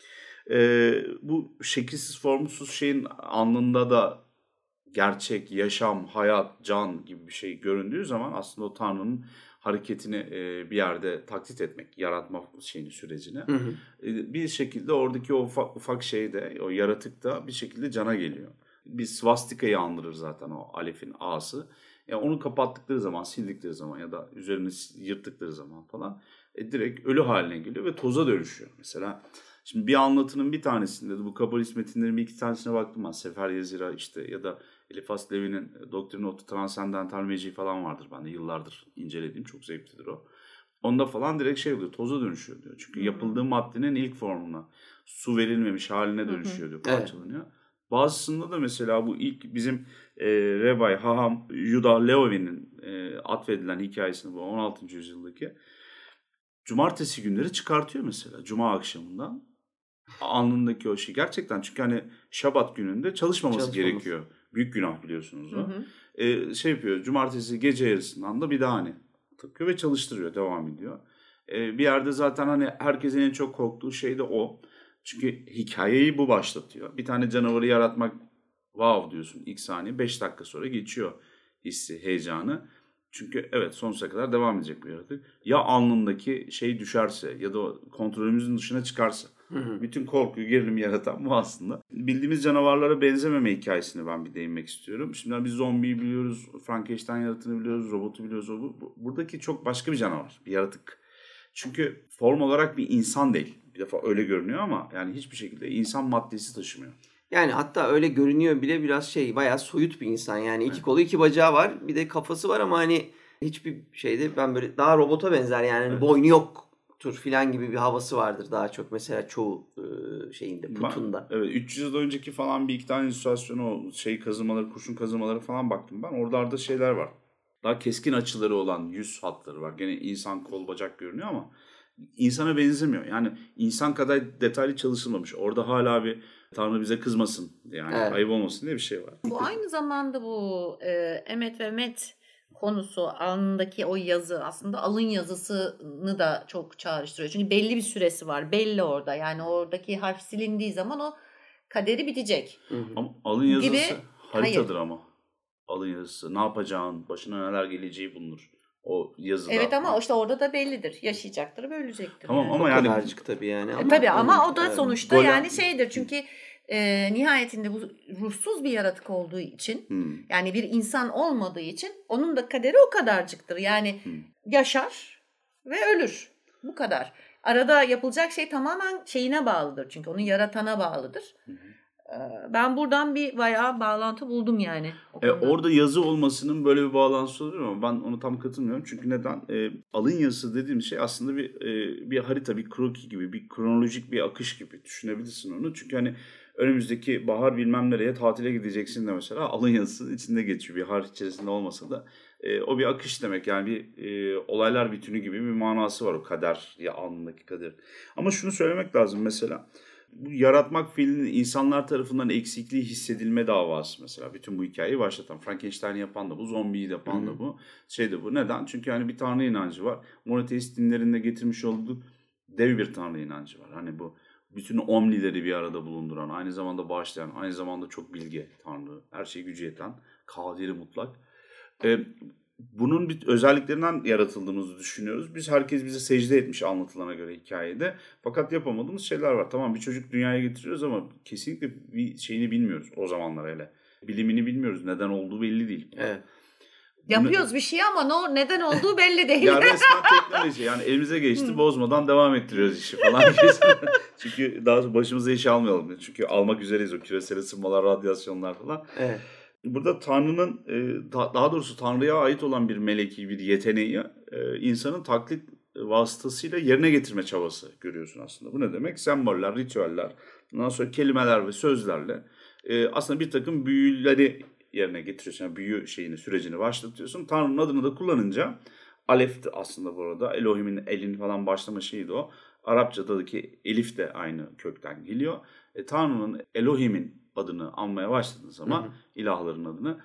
Ee, bu şekilsiz formsuz şeyin alnında da gerçek, yaşam, hayat, can gibi bir şey göründüğü zaman aslında o Tanrı'nın hareketini e, bir yerde taklit etmek, yaratma şeyini, sürecini. Hı hı. E, bir şekilde oradaki o ufak, ufak şey de, o yaratık da bir şekilde cana geliyor. Bir svastikayı andırır zaten o Alef'in A'sı. Yani onu kapattıkları zaman, sildikleri zaman ya da üzerini yırttıkları zaman falan e, direkt ölü haline geliyor ve toza dönüşüyor. Mesela şimdi bir anlatının bir tanesinde de bu kabalist metinlerin bir iki tanesine baktım ben. Sefer Yezira işte ya da Eliphas Levi'nin Doctrine of the Transcendental Magic falan vardır. Ben de yıllardır incelediğim, çok zevklidir o. Onda falan direkt şey oluyor, toza dönüşüyor diyor. Çünkü Hı hı. yapıldığı maddenin ilk formuna, su verilmemiş haline dönüşüyor diyor, parçalanıyor. Evet. Bazısında da mesela bu ilk bizim e, Rebay, Haham, Yuda Leovi'nin e, atfedilen hikayesini, bu on altıncı yüzyıldaki cumartesi günleri çıkartıyor mesela, cuma akşamından. Alnındaki o şey gerçekten, çünkü hani Şabat gününde çalışmaması Çalışmamız. gerekiyor. Büyük günah biliyorsunuz o. Hı hı. Ee, şey yapıyor, cumartesi gece yarısından da bir daha hani takıyor ve çalıştırıyor, devam ediyor. Ee, bir yerde zaten hani herkesin en çok korktuğu şey de o. Çünkü hikayeyi bu başlatıyor. Bir tane canavarı yaratmak, wow diyorsun ilk saniye, beş dakika sonra geçiyor hissi, heyecanı. Çünkü evet, sonsuza kadar devam edecek bir yaratık. Ya alnındaki şey düşerse ya da kontrolümüzün dışına çıkarsa. Hı hı. Bütün korkuyu, gerilimi yaratan bu aslında. Bildiğimiz canavarlara benzememe hikayesine ben bir değinmek istiyorum. Şimdi biz zombiyi biliyoruz, Frankenstein yaratığını biliyoruz, robotu biliyoruz. O, bu. Buradaki çok başka bir canavar, bir yaratık. Çünkü form olarak bir insan değil. Bir defa öyle görünüyor ama yani hiçbir şekilde insan maddesi taşımıyor. Yani hatta öyle görünüyor bile, biraz şey, bayağı soyut bir insan. Yani iki Evet. kolu, iki bacağı var, bir de kafası var ama hani hiçbir şeyde, ben böyle daha robota benzer yani, hani Evet. boynu yoktur filan gibi bir havası vardır daha çok mesela çoğu e, şeyinde, Ben, putunda. evet, üç yüz yıl önceki falan bir iki tane illüstrasyonu, o şey kazımaları, kurşun kazımaları falan baktım ben. Oralarda şeyler var. Daha keskin açıları olan yüz hatları var. Gene insan kol bacak görünüyor ama insana benzemiyor. Yani insan kadar detaylı çalışılmamış. Orada hala bir Tanrı bize kızmasın, yani Evet. ayıp olmasın diye bir şey var. Bu aynı zamanda bu e, Emet ve Met konusu, alnındaki o yazı aslında alın yazısını da çok çağrıştırıyor. Çünkü belli bir süresi var. Belli orada. Yani oradaki harf silindiği zaman o kaderi bitecek. Hı hı. Ama alın yazısı Gibi- haritadır Hayır. ama. Alın yazısı. Ne yapacağın, başına neler geleceği bulunur. O yazıda. Evet ama işte orada da bellidir. Yaşayacaktır ve ölecektir. Tamam yani. ama O yani kadarcık tabii yani. E, Ama, tabii ama evet, o da evet. sonuçta Golem- yani şeydir. Çünkü e, nihayetinde bu ruhsuz bir yaratık olduğu için, Hmm. yani bir insan olmadığı için onun da kaderi o kadarcıktır. Yani Hmm. yaşar ve ölür. Bu kadar. Arada yapılacak şey tamamen şeyine bağlıdır. Çünkü onu yaratana bağlıdır. Ee, Ben buradan bir bayağı bağlantı buldum yani. O E, konuda. orada yazı olmasının böyle bir bağlantısı olur ama ben onu tam katılmıyorum. Çünkü neden? E, alın yazısı dediğim şey aslında bir e, bir harita, bir kroki gibi, bir kronolojik bir akış gibi düşünebilirsin onu. Çünkü hani önümüzdeki bahar bilmem nereye tatile gideceksin de mesela alın yazısı içinde geçiyor. Bir harf içerisinde olmasa da e, o bir akış demek. Yani bir e, olaylar bütünü gibi bir manası var o kader, ya alnındaki kader. Ama şunu söylemek lazım mesela. Bu yaratmak fiilinin insanlar tarafından eksikliği hissedilme davası mesela. Bütün bu hikayeyi başlatan, Frankenstein'i yapan da bu, zombiyi yapan da bu, şey de bu. Neden? Çünkü hani bir tanrı inancı var. Monoteist dinlerinde getirmiş olduğu dev bir tanrı inancı var. Hani bu bütün omnileri bir arada bulunduran, aynı zamanda bağışlayan, aynı zamanda çok bilge tanrı, her şeye gücü yeten, kadiri mutlak. Ee, bunun bir özelliklerinden yaratıldığımızı düşünüyoruz. Biz, herkes bize secde etmiş anlatılana göre hikayede. Fakat yapamadığımız şeyler var. Tamam, bir çocuk dünyaya getiriyoruz ama kesinlikle bir şeyini bilmiyoruz o zamanlar hele. Bilimini bilmiyoruz. Neden olduğu belli değil. Evet. Yapıyoruz bir şey ama no, neden olduğu belli değil. Ya resmen teknoloji. Yani elimize geçti, bozmadan devam ettiriyoruz işi falan. Çünkü daha sonra başımıza iş almayalım. Çünkü almak üzereyiz, o küresel ısınmalar, radyasyonlar falan. Evet. Burada Tanrı'nın, daha doğrusu Tanrı'ya ait olan bir meleki, bir yeteneği insanın taklit vasıtasıyla yerine getirme çabası görüyorsun aslında. Bu ne demek? Semboller, ritüeller, ondan sonra kelimeler ve sözlerle aslında bir takım büyüleri yerine getiriyorsun. Yani büyü şeyini, sürecini başlatıyorsun. Tanrı'nın adını da kullanınca, Alef de aslında bu arada Elohim'in, elin falan başlama şeyi de o. Arapçadaki elif de aynı kökten geliyor. E, Tanrı'nın, Elohim'in adını anmaya başladığın zaman, hı hı, ilahların adını,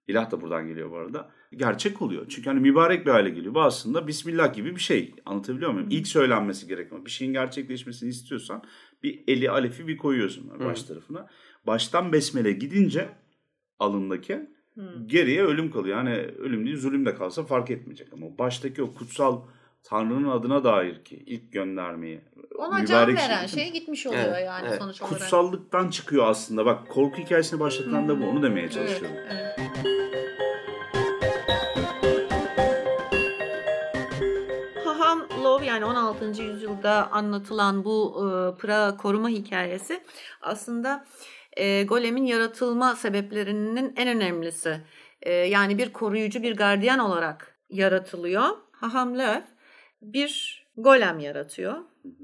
İlah da buradan geliyor bu arada. Gerçek oluyor. Çünkü hani mübarek bir hale geliyor. Bu aslında Bismillah gibi bir şey. Anlatabiliyor muyum? İlk söylenmesi gerekiyor. Bir şeyin gerçekleşmesini istiyorsan bir eli alefi bir koyuyorsun baş tarafına. Baştan besmele gidince alındaki hmm. geriye ölüm kalıyor. Yani ölüm değil zulüm de kalsa fark etmeyecek. Ama baştaki o kutsal Tanrı'nın adına dair ki ilk göndermeyi ona can veren şey, şey gitmiş oluyor evet, yani evet. sonuç olarak. Kutsallıktan çıkıyor aslında. Bak korku hikayesini başlatan hmm. da bu. Onu demeye çalışıyorum. Evet, evet. Haham Love yani on altıncı yüzyılda anlatılan bu e, Prag koruma hikayesi aslında e, golemin yaratılma sebeplerinin en önemlisi. E, yani bir koruyucu, bir gardiyan olarak yaratılıyor. Haham Love bir golem yaratıyor.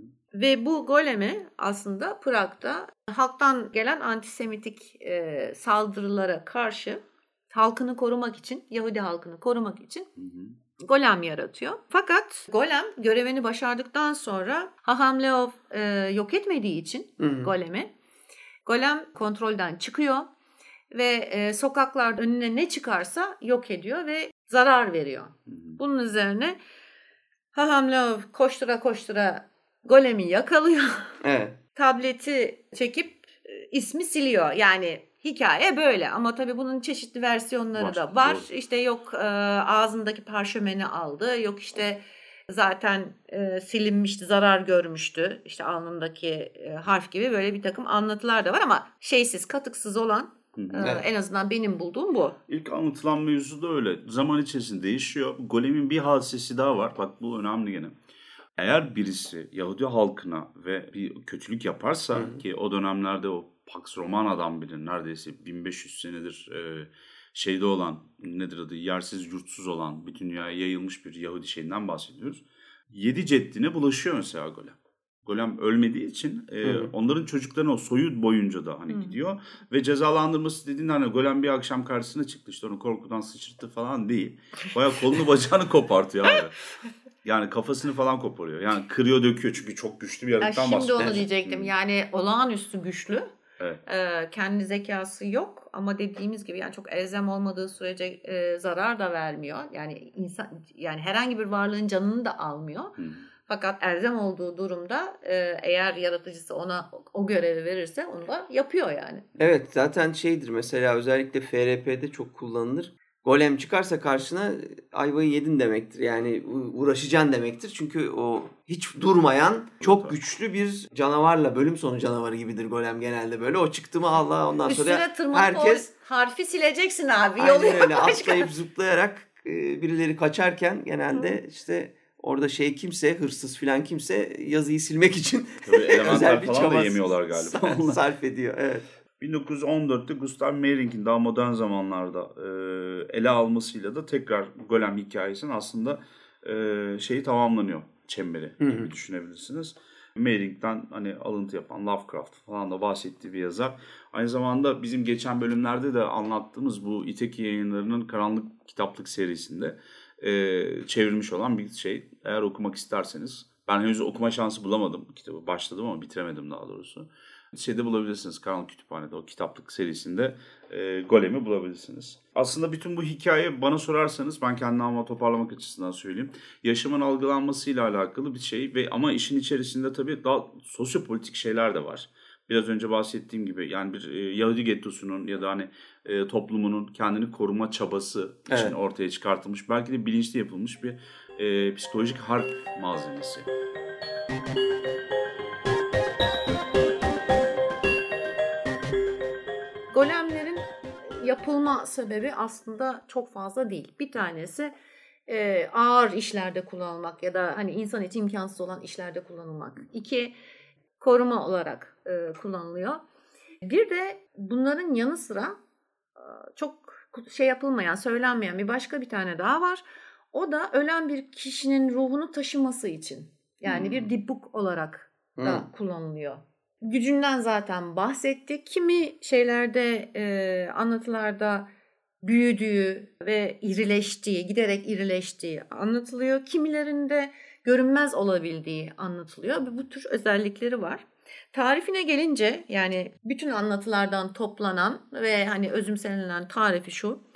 Ve bu golemi aslında Prag'da halktan gelen antisemitik e, saldırılara karşı halkını korumak için, Yahudi halkını korumak için hı hı. golem yaratıyor. Fakat golem görevini başardıktan sonra Haham Leov e, yok etmediği için hı hı. golemi, golem kontrolden çıkıyor ve e, sokaklarda önüne ne çıkarsa yok ediyor ve zarar veriyor. Hı hı. Bunun üzerine Haham Leov koştura koştura golemi yakalıyor. Evet. Tableti çekip ismi siliyor. Yani hikaye böyle ama tabii bunun çeşitli versiyonları var, da var. Doğru. İşte yok e, ağzındaki parşömeni aldı. Yok işte zaten e, silinmişti, zarar görmüştü. İşte alnındaki e, harf gibi böyle bir takım anlatılar da var ama şeysiz, katıksız olan e, evet. en azından benim bulduğum bu. İlk anlatılan mevzu da öyle. Zaman içerisinde değişiyor. Golemin bir hadisesi daha var. Bak bu önemli gene. Eğer birisi Yahudi halkına ve bir kötülük yaparsa hı hı. ki o dönemlerde o Pax Romana'dan bile neredeyse bin beş yüz senedir e, şeyde olan nedir adı yersiz yurtsuz olan bir dünyaya yayılmış bir Yahudi şeyinden bahsediyoruz. Yedi ceddine bulaşıyor mesela golem. Golem ölmediği için e, onların çocuklarına o soyu boyunca da hani hı. gidiyor ve cezalandırması dediğinde hani golem bir akşam karşısına çıktı işte onu korkudan sıçırttı falan değil. Bayağı kolunu bacağını kopartıyor abi. Yani kafasını falan koparıyor. Yani kırıyor döküyor çünkü çok güçlü bir yaratıktan yani bahsediyor. Şimdi onu diyecektim. Hmm. Yani olağanüstü güçlü. Evet. Ee, kendi zekası yok ama dediğimiz gibi yani çok elzem olmadığı sürece e, zarar da vermiyor. Yani insan yani herhangi bir varlığın canını da almıyor. Hmm. Fakat elzem olduğu durumda e, eğer yaratıcısı ona o görevi verirse onu da yapıyor yani. Evet zaten şeydir mesela özellikle F R P'de çok kullanılır. Golem çıkarsa karşına ayvayı yedin demektir. Yani uğraşacaksın demektir. Çünkü o hiç durmayan çok güçlü bir canavarla bölüm sonu canavarı gibidir golem genelde böyle. O çıktı mı Allah ondan sonra herkes harfi sileceksin abi. Aynen öyle atlayıp zıplayarak birileri kaçarken genelde işte orada şey kimse hırsız falan kimse yazıyı silmek için özel bir çaba yemiyorlar galiba. sarf ediyor. Evet. bin dokuz yüz on dörtte Gustav Meyrink'in daha modern zamanlarda e, ele almasıyla da tekrar golem hikayesinin aslında e, şeyi tamamlanıyor. Çemberi gibi Hı-hı. düşünebilirsiniz. Meyrink'ten hani alıntı yapan Lovecraft falan da bahsettiği bir yazar. Aynı zamanda bizim geçen bölümlerde de anlattığımız bu İteki Yayınları'nın Karanlık Kitaplık serisinde e, çevrilmiş olan bir şey. Eğer okumak isterseniz ben henüz okuma şansı bulamadım. Kitabı başladım ama bitiremedim daha doğrusu. Şeyde bulabilirsiniz Karanlık Kütüphane'de o kitaplık serisinde e, Golem'i bulabilirsiniz. Aslında bütün bu hikaye bana sorarsanız ben kendimi ama toparlamak açısından söyleyeyim. Yaşamın algılanmasıyla alakalı bir şey ve ama işin içerisinde tabii daha sosyopolitik şeyler de var. Biraz önce bahsettiğim gibi yani bir e, Yahudi gettosunun ya da hani e, toplumunun kendini koruma çabası için evet. ortaya çıkartılmış belki de bilinçli yapılmış bir e, psikolojik harp malzemesi. Golemlerin yapılma sebebi aslında çok fazla değil. Bir tanesi e, ağır işlerde kullanılmak ya da hani insan için imkansız olan işlerde kullanılmak. İki, koruma olarak e, kullanılıyor. Bir de bunların yanı sıra e, çok şey yapılmayan, söylenmeyen bir başka bir tane daha var. O da ölen bir kişinin ruhunu taşıması için. Yani hmm. bir dibuk olarak da hmm. kullanılıyor. Gücünden zaten bahsettik. Kimi şeylerde, e, anlatılarda büyüdüğü ve irileştiği, giderek irileştiği anlatılıyor. Kimilerinde görünmez olabildiği anlatılıyor. Bu tür özellikleri var. Tarifine gelince yani bütün anlatılardan toplanan ve hani özümsenilen tarifi şu.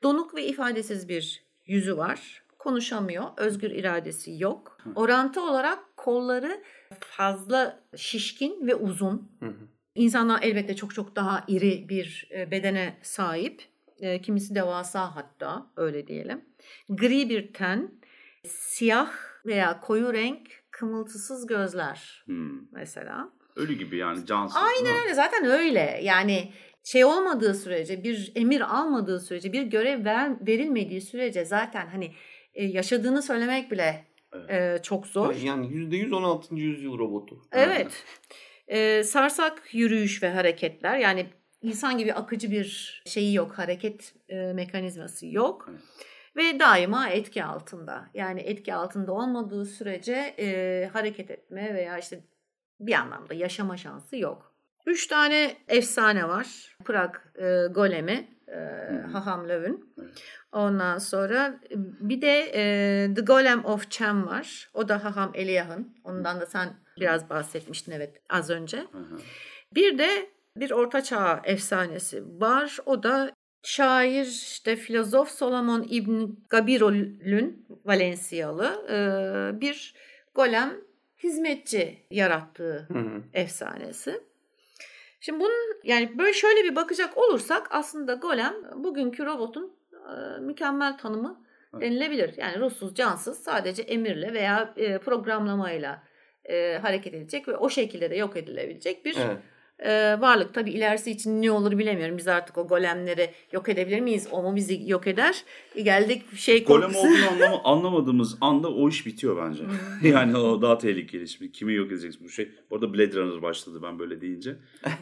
Donuk ve ifadesiz bir yüzü var. Konuşamıyor. Özgür iradesi yok. Orantı olarak kolları fazla şişkin ve uzun. Hı hı. İnsanlar elbette çok çok daha iri bir bedene sahip. Kimisi devasa, hatta öyle diyelim. Gri bir ten, siyah veya koyu renk, kımıltısız gözler Hmm. mesela. Ölü gibi yani, cansız. Aynen öyle, zaten öyle. Yani şey olmadığı sürece, bir emir almadığı sürece, bir görev ver, verilmediği sürece zaten hani e, yaşadığını söylemek bile Evet. e, çok zor. Yani yüzde yüz on altıncı yüzyıl robotu. Evet. E, sarsak yürüyüş ve hareketler, yani insan gibi akıcı bir şeyi yok, hareket e, mekanizması yok. Evet. Ve daima etki altında. Yani etki altında olmadığı sürece e, hareket etme veya işte bir anlamda yaşama şansı yok. Üç tane efsane var. Prag e, golemi, e, Haham Löw'ün. Ondan sonra bir de e, The Golem of Cem var. O da Haham Eliah'ın. Ondan da sen biraz bahsetmiştin, evet, az önce. Hı hı. Bir de bir ortaçağ efsanesi var. O da şair, işte filozof Solomon İbn Gabirol'ün Valensiyalı e, bir golem hizmetçi yarattığı Hı hı. efsanesi. Şimdi bunun, yani böyle şöyle bir bakacak olursak aslında golem bugünkü robotun e, mükemmel tanımı denilebilir. Yani ruhsuz, cansız, sadece emirle veya e, programlamayla e, hareket edecek ve o şekilde de yok edilebilecek bir Evet. e, varlık. Tabii ilerisi için ne olur bilemiyorum. Biz artık o golemleri yok edebilir miyiz? O mu bizi yok eder? Geldik şey Golem korkusu. olduğunu anlama, anlamadığımız anda o iş bitiyor bence. Yani o daha tehlikeli. Şimdi kimi yok edeceksin bu şey. Orada Blade Runner başladı ben böyle deyince.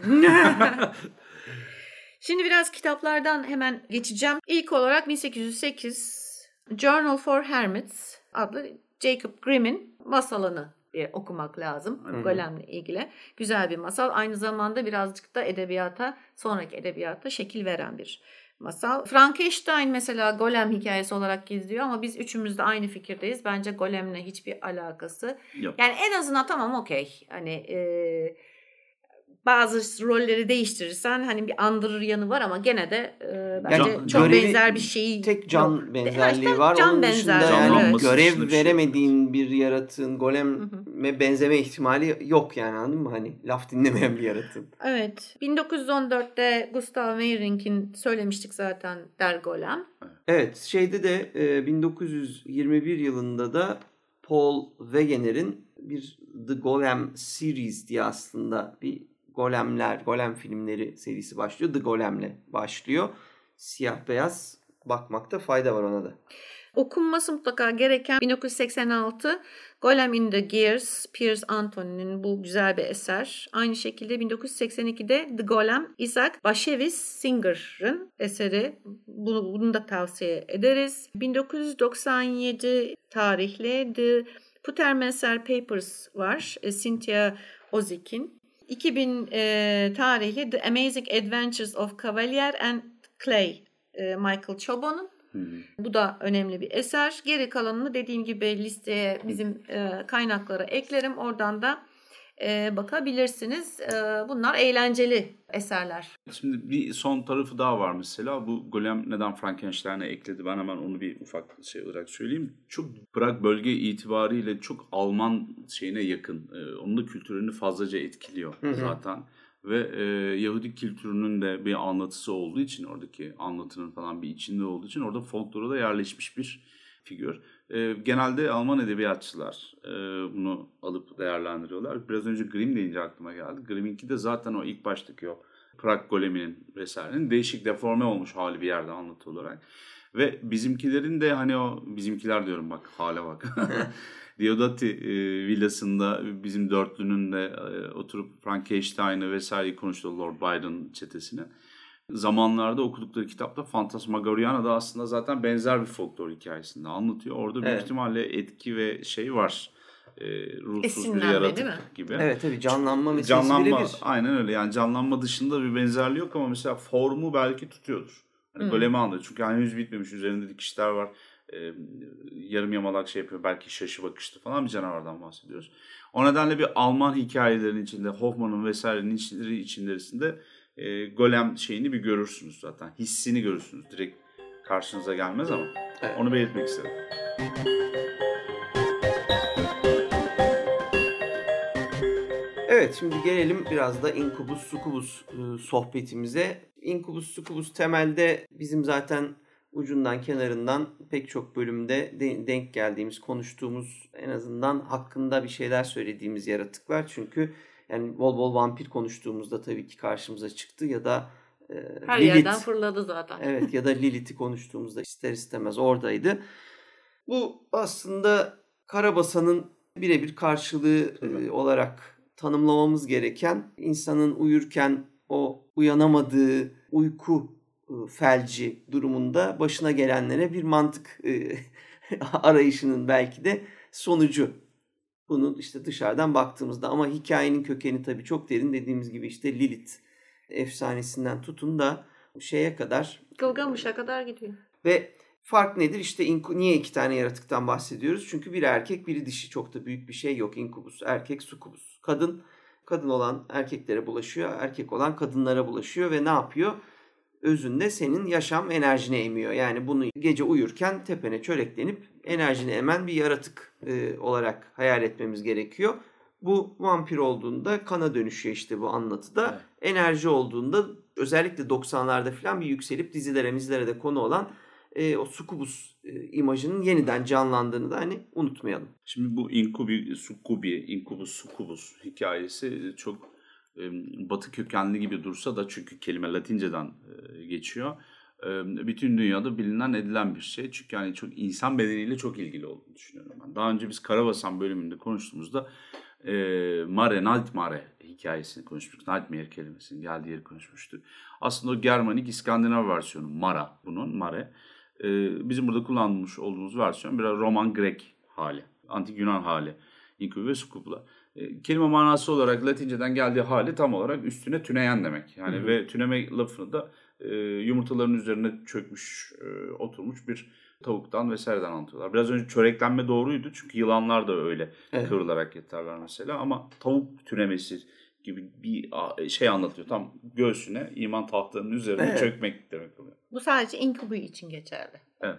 Şimdi biraz kitaplardan hemen geçeceğim. İlk olarak bin sekiz yüz sekiz Journal for Hermits adlı Jacob Grimm'in masalını bir okumak lazım. Hı hı. Golemle ilgili. Güzel bir masal. Aynı zamanda birazcık da edebiyata, sonraki edebiyata şekil veren bir masal. Frankenstein mesela golem hikayesi olarak gizliyor ama biz üçümüz de aynı fikirdeyiz. Bence golemle hiçbir alakası. Yok. Yani en azından tamam, okey. Hani eee bazı rolleri değiştirirsen hani bir andırır yanı var ama gene de e, bence Can- çok görevi- benzer bir şey Tek can yok. benzerliği Evet, var. can Onun benzerliği, dışında yani Canlanması dışında görev bir şey yok. veremediğin bir yaratığın goleme benzeme ihtimali yok yani, anladın mı? Hani laf dinlemeyen bir yaratığın. Evet. bin dokuz yüz on dörtte Gustav Meyrink'in söylemiştik zaten Der Golem. Evet, şeyde de e, bin dokuz yüz yirmi bir yılında da Paul Wegener'in bir The Golem Series diye aslında bir golemler, golem filmleri serisi başlıyor. The Golem'le başlıyor. Siyah beyaz, bakmakta fayda var ona da. Okunması mutlaka gereken bin dokuz yüz seksen altı Golem in the Gears, Piers Anthony'nin bu güzel bir eser. Aynı şekilde bin dokuz yüz seksen ikide The Golem, Isaac Bashevis Singer'ın eseri. Bunu, bunu da tavsiye ederiz. bin dokuz yüz doksan yedi tarihli The Puttermesser Papers var. Cynthia Ozik'in. iki bin e, tarihli The Amazing Adventures of Cavalier and Clay, e, Michael Chabon'un. Bu da önemli bir eser. Geri kalanını dediğim gibi listeye, bizim e, kaynaklara eklerim. Oradan da e, bakabilirsiniz. E, bunlar eğlenceli eserler. Şimdi bir son tarafı daha var mesela. Bu golem neden Frankenstein'e ekledi? Ben hemen onu bir ufak şey olarak söyleyeyim. Çok Prag bölge itibariyle çok Alman şeyine yakın. Ee, onun da kültürünü fazlaca etkiliyor Hı hı. zaten. Ve e, Yahudi kültürünün de bir anlatısı olduğu için, oradaki anlatının falan bir içinde olduğu için orada folklora da yerleşmiş bir figür. E, genelde Alman edebiyatçılar e, bunu alıp değerlendiriyorlar. Biraz önce Grimm deyince aklıma geldi. Grimm'inki de zaten o ilk baştaki o Prag goleminin vesairenin değişik deforme olmuş hali bir yerde anlatı olarak. Ve bizimkilerin de hani o, bizimkiler diyorum bak hale bak. Diodati e, villasında bizim dörtlünün de e, oturup Frankenstein'ı vesaireyi konuştu Lord Byron çetesine. Zamanlarda okudukları kitapta Phantasmagoriana da aslında zaten benzer bir folklor hikayesinde anlatıyor. Orada büyük Evet. ihtimalle etki ve şey var. E, ruhsuz Esinlenme, bir yaratık değil mi? gibi. Evet tabii, canlanma meselesi Canlanma birebir. aynen öyle. Yani canlanma dışında bir benzerliği yok ama mesela formu belki tutuyordur. Hani Hmm. golemi anlıyor. Çünkü henüz bitmemiş. Üzerinde dikişler var. Ee, yarım yamalak şey yapıyor. Belki şaşı bakıştı falan bir canavardan bahsediyoruz. O nedenle bir Alman hikayelerinin içinde, Hoffman'ın vesairenin içleri içerisinde e, golem şeyini bir görürsünüz zaten. Hissini görürsünüz. Direkt karşınıza gelmez ama Evet. onu belirtmek istedim. Evet, şimdi gelelim biraz da Incubus Succubus e, sohbetimize. Incubus Succubus temelde bizim zaten ucundan kenarından pek çok bölümde de, denk geldiğimiz, konuştuğumuz, en azından hakkında bir şeyler söylediğimiz yaratıklar. Çünkü yani bol bol vampir konuştuğumuzda tabii ki karşımıza çıktı ya da e, Her Lilith. yerden fırladı zaten. Evet, ya da Lilith'i konuştuğumuzda ister istemez oradaydı. Bu aslında Karabasan'ın birebir karşılığı e, olarak tanımlamamız gereken, insanın uyurken o uyanamadığı uyku e, felci durumunda başına gelenlere bir mantık e, arayışının belki de sonucu. Bunu işte dışarıdan baktığımızda, ama hikayenin kökeni tabii çok derin. Dediğimiz gibi işte Lilith efsanesinden tutun da şeye kadar. Gılgamış'a kadar gidiyor. Ve fark nedir? İşte inku, niye iki tane yaratıktan bahsediyoruz? Çünkü biri erkek, biri dişi. Çok da büyük bir şey yok. Incubus erkek, succubus kadın. Kadın olan erkeklere bulaşıyor, erkek olan kadınlara bulaşıyor ve ne yapıyor? Özünde senin yaşam enerjini emiyor. Yani bunu gece uyurken tepene çöreklenip enerjini emen bir yaratık e, olarak hayal etmemiz gerekiyor. Bu vampir olduğunda kana dönüşüyor işte bu anlatıda. Evet. Enerji olduğunda özellikle doksanlarda falan bir yükselip dizilere mizlere de konu olan e, o succubus e, imajının yeniden canlandığını da hani unutmayalım. Şimdi bu inkubi, sukubi, inkubus, sukubus hikayesi çok e, batı kökenli gibi dursa da, çünkü kelime Latinceden e, geçiyor. E, bütün dünyada bilinen edilen bir şey. Çünkü yani çok insan bedeniyle çok ilgili olduğunu düşünüyorum ben. Daha önce biz Karabasan bölümünde konuştuğumuzda e, Mare, Nightmare hikayesini konuşmuştuk. Nightmare kelimesinin geldiği yeri konuşmuştuk. Aslında o Germanik, İskandinav versiyonu Mara bunun, Mare. E, bizim burada kullanmış olduğumuz versiyon biraz Roman Grek hali, Antik Yunan hali. Inkubi ve Sukubla. E, kelime manası olarak Latinceden geldiği hali tam olarak üstüne tüneyen demek. Yani hı hı. Ve tüneme lafını da e, yumurtaların üzerine çökmüş, e, oturmuş bir tavuktan vesaireden anlatıyorlar. Biraz önce çöreklenme doğruydu çünkü yılanlar da öyle evet. Kırılarak yatarlar mesela, ama tavuk tünemesi gibi bir şey anlatıyor. Tam göğsüne, iman tahtlarının üzerine evet. çökmek demek oluyor. Bu sadece inkubi için geçerli. Evet.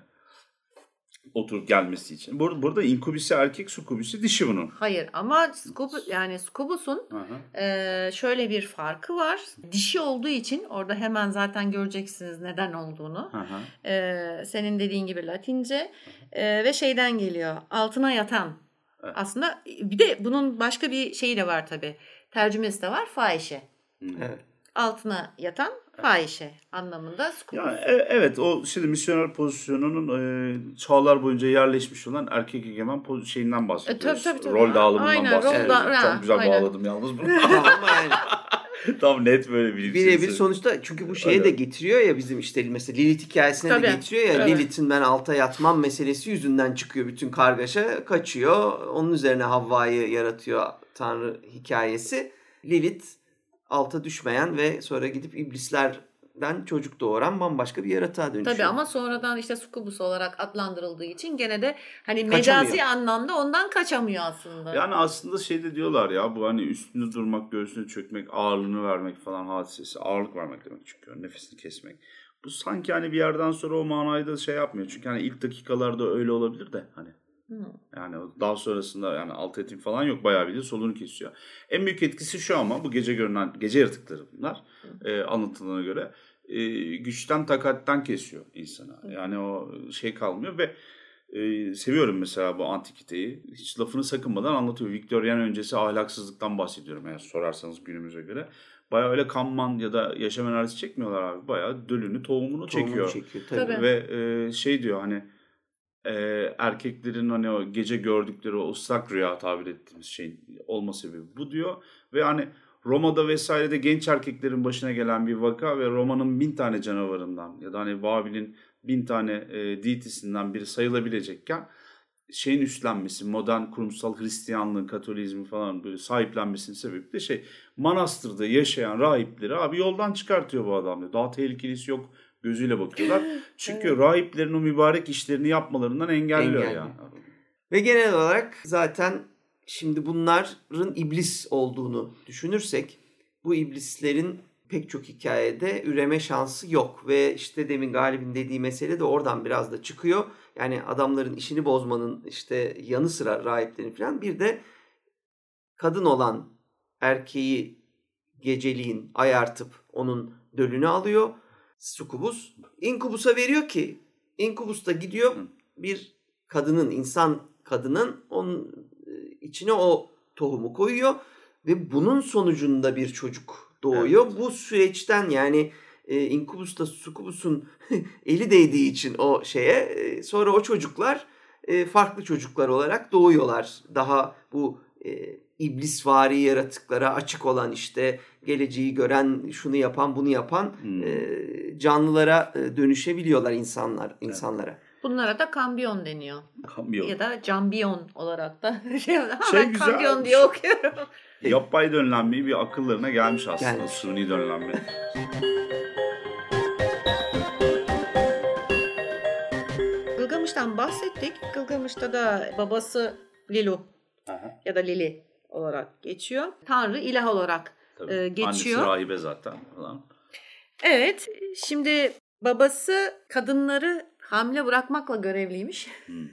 Oturup gelmesi için. Burada, burada inkubisi erkek, sukubisi dişi bunun. Hayır, ama skubus, yani skubusun e, şöyle bir farkı var. Dişi olduğu için orada hemen zaten göreceksiniz neden olduğunu. E, senin dediğin gibi Latince e, ve şeyden geliyor. Altına yatan. Evet. Aslında bir de bunun başka bir şeyi de var tabii. Tercümesi de var. Fahişe. Evet. Altına yatan fahişe anlamında. Yani, evet, o şimdi misyoner pozisyonunun e, çağlar boyunca yerleşmiş olan erkek egemen poz- şeyinden bahsediyoruz. E, tabii, tabii, tabii. Rol dağılımından aynen, bahsediyoruz. Rol da, Çok güzel aynen. bağladım yalnız bunu. Ama yani tam net böyle bir birebir sonuçta, çünkü bu şeye de getiriyor ya, bizim işte mesela Lilith hikayesine tabii. de getiriyor ya, evet. Lilith'in ben alta yatmam meselesi yüzünden çıkıyor bütün kargaşa, kaçıyor. Onun üzerine Havva'yı yaratıyor Tanrı hikayesi. Lilith alta düşmeyen ve sonra gidip iblislerden çocuk doğuran bambaşka bir yaratığa dönüşüyor. Tabii, ama sonradan işte sukubus olarak adlandırıldığı için gene de hani kaçamıyor. Mecazi anlamda ondan kaçamıyor aslında. Yani aslında şey de diyorlar ya, bu hani üstünde durmak, göğsüne çökmek, ağırlığını vermek falan hadisesi. Ağırlık vermek demek çünkü, nefesini kesmek. Bu sanki hani bir yerden sonra o manayı da şey yapmıyor. Çünkü hani ilk dakikalarda öyle olabilir de hani. Yani daha sonrasında yani alt etim falan yok, bayağı bir de solunu kesiyor. En büyük etkisi şu, ama bu gece görünen gece yaratıkları bunlar e, anlatılana göre e, güçten takatten kesiyor insana. Yani o şey kalmıyor ve e, seviyorum mesela bu antikiteyi. Hiç lafını sakınmadan anlatıyor. Viktoryen öncesi ahlaksızlıktan bahsediyorum eğer sorarsanız günümüze göre. Bayağı öyle kanman ya da yaşam enerjisi çekmiyorlar abi. Bayağı dölünü, tohumunu çekiyor. Tohumunu çekiyor tabii. Ve e, şey diyor hani e, erkeklerin hani o gece gördükleri o ıslak rüya tabir ettiğimiz şeyin olma sebebi bu diyor. Ve hani Roma'da vesairede genç erkeklerin başına gelen bir vaka ve Roma'nın bin tane canavarından ya da hani Babil'in bin tane e, deitisinden biri sayılabilecekken şeyin üstlenmesi, modern kurumsal Hristiyanlığın, Katolizmi falan böyle sahiplenmesinin sebebi de şey, manastırda yaşayan rahipleri abi yoldan çıkartıyor bu adam diyor. Daha tehlikelisi yok gözüyle bakıyorlar. Çünkü evet. rahiplerin o mübarek işlerini yapmalarından engelliyor Engelli. yani. Ve genel olarak zaten şimdi bunların iblis olduğunu düşünürsek, bu iblislerin pek çok hikayede üreme şansı yok. Ve işte demin Galip'in dediği mesele de oradan biraz da çıkıyor. Yani adamların işini bozmanın işte yanı sıra rahiplerin falan bir de kadın olan erkeği geceliğin ayartıp onun dölünü alıyor. Sukubus. İnkubus'a veriyor ki İnkubus da gidiyor bir kadının, insan kadının onun içine o tohumu koyuyor ve bunun sonucunda bir çocuk doğuyor. Evet. Bu süreçten yani e, İnkubus'ta Sukubus'un eli değdiği için o şeye e, sonra o çocuklar e, farklı çocuklar olarak doğuyorlar. Daha bu e, iblisvari yaratıklara açık olan işte geleceği gören, şunu yapan, bunu yapan hmm. e, canlılara e, dönüşebiliyorlar insanlar insanlara. Evet. Bunlara da kambiyon deniyor. Kambiyon. Ya da cambiyon olarak da şey, şey ben güzel, kambiyon diye okuyorum. Yapay döllenmeyi bir akıllarına gelmiş aslında. Gelmiş. Suni döllenme. Gılgamış'tan bahsettik. Gılgamış'ta da babası Lilu Aha. ya da Lili olarak geçiyor. Tanrı, ilah olarak Tabii. e, geçiyor. Annesi rahibe zaten falan. Evet. Şimdi babası kadınları hamile bırakmakla görevliymiş. Hmm.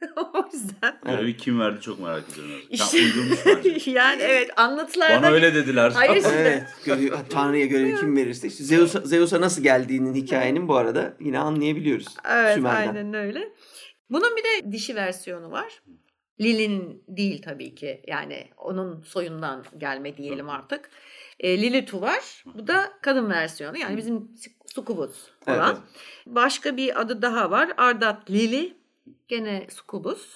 O yüzden. Görevi evet. kim verdi çok merak ediyorum. İşte, Sen uydurmuş bence. Yani evet anlatılarda. Bana öyle dediler. Hayır evet, görevi, Tanrı'ya görevi kim verirse. İşte Zeus'a, Zeus'a nasıl geldiğinin hikayenin bu arada yine anlayabiliyoruz. Evet Sümer'den. Aynen öyle. Bunun bir de dişi versiyonu var. Lili'nin değil tabii ki. Yani onun soyundan gelme diyelim artık. E, Lilitu var. Bu da kadın versiyonu. Yani bizim Sukubus olan. Evet. Başka bir adı daha var. Ardat Lili. Gene Sukubus.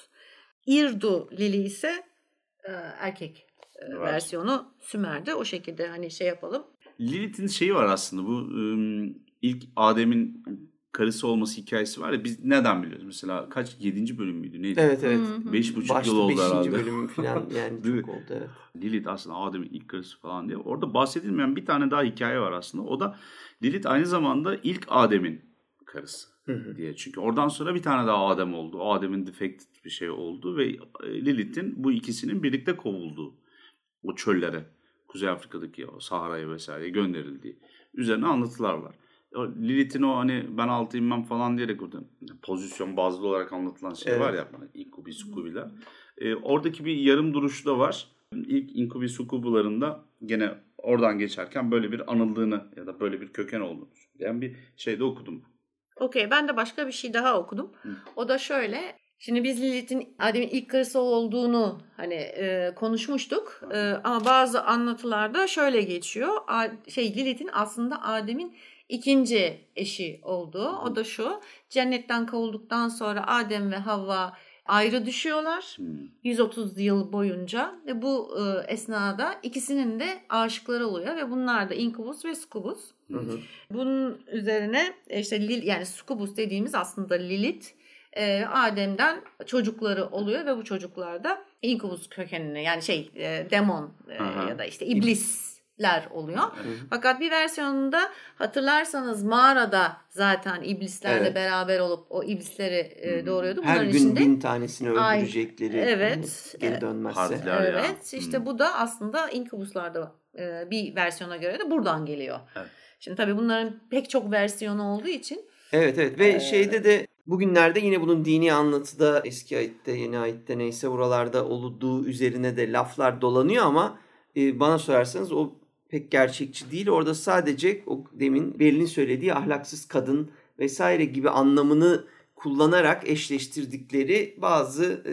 İrdu Lili ise e, erkek e, evet. versiyonu Sümer'de. O şekilde hani şey yapalım. Lilith'in şeyi var aslında. Bu ım, ilk Adem'in karısı olması hikayesi var ya, biz neden biliyoruz? Mesela kaç, yedinci bölüm müydü neydi? Evet evet. Beş buçuk yıl oldu herhalde. beşinci bölüm falan yani çok oldu evet. Lilith aslında Adem'in ilk karısı falan diye. Orada bahsedilmeyen bir tane daha hikaye var aslında. O da Lilith aynı zamanda ilk Adem'in karısı diye. Çünkü oradan sonra bir tane daha Adem oldu. Adem'in defected bir şey oldu ve Lilith'in bu ikisinin birlikte kovulduğu o çöllere, Kuzey Afrika'daki o Sahara'ya vesaire gönderildiği üzerine anlatılar var. Lilith'in o hani ben altı inmem falan diyerek orada pozisyon bazlı olarak anlatılan şey evet. var ya, inkubi sukubiler. E, oradaki bir yarım duruşu da var. İlk inkubi sukubularında gene oradan geçerken böyle bir anıldığını ya da böyle bir köken olduğunu yani bir şeyde okudum. Okey, ben de başka bir şey daha okudum. Hı. O da şöyle. Şimdi biz Lilith'in Adem'in ilk karısı olduğunu hani e, konuşmuştuk. E, ama bazı anlatılarda şöyle geçiyor. A, şey Lilith'in aslında Adem'in ikinci eşi olduğu. O da şu. Cennetten kovulduktan sonra Adem ve Havva ayrı düşüyorlar. Hmm. yüz otuz yıl boyunca ve bu e, esnada ikisinin de aşıkları oluyor ve bunlar da Inkubus ve Sukubus. Hı hı. Bunun üzerine işte Lil, yani Sukubus dediğimiz aslında Lilith e, Adem'den çocukları oluyor ve bu çocuklar da Inkubus kökenine yani şey e, demon e, ya da işte iblis ler oluyor. Hı hı. Fakat bir versiyonunda hatırlarsanız mağarada zaten iblislerle evet. beraber olup o iblisleri e, doğuruyordu. Her Bunların gün içinde, bin tanesini öldürecekleri evet, geri evet. dönmezse. Evet. Ya. İşte hmm. bu da aslında Inkubus'larda e, bir versiyona göre de buradan geliyor. Evet. Şimdi tabii bunların pek çok versiyonu olduğu için. Evet evet ve ee, şeyde de bugünlerde yine bunun dini anlatıda eski ayette yeni ayette neyse buralarda olduğu üzerine de laflar dolanıyor ama e, bana sorarsanız o pek gerçekçi değil. Orada sadece o demin Beril'in söylediği ahlaksız kadın vesaire gibi anlamını kullanarak eşleştirdikleri bazı e,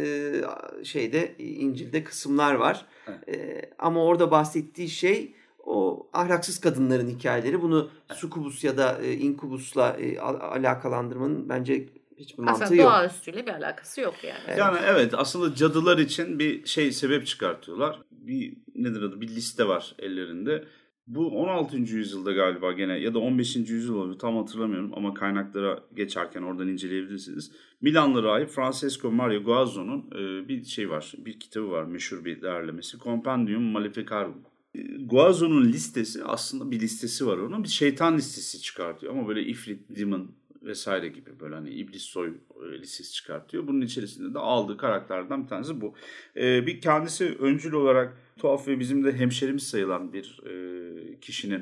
şeyde İncil'de kısımlar var. E, ama orada bahsettiği şey o ahlaksız kadınların hikayeleri. Bunu Sukubus ya da e, Inkubus'la e, alakalandırmanın bence hiçbir mantığı aslında yok. Aslında doğaüstüyle bir alakası yok yani. Evet. Yani evet aslında cadılar için bir şey sebep çıkartıyorlar. Bir nedir adı bir liste var ellerinde. Bu on altıncı yüzyılda galiba gene ya da on beşinci yüzyıl oluyor tam hatırlamıyorum ama kaynaklara geçerken oradan inceleyebilirsiniz. Milanlı rahip Francesco Mario Guazzo'nun e, bir şey var, bir kitabı var meşhur bir derlemesi. Compendium Maleficarum. E, Guazzo'nun listesi aslında bir listesi var onun bir şeytan listesi çıkartıyor ama böyle ifrit, demon vesaire gibi böyle hani iblis soy listesi çıkartıyor. Bunun içerisinde de aldığı karakterlerden bir tanesi bu. Ee, bir kendisi öncül olarak tuhaf ve bizim de hemşerimiz sayılan bir e, kişinin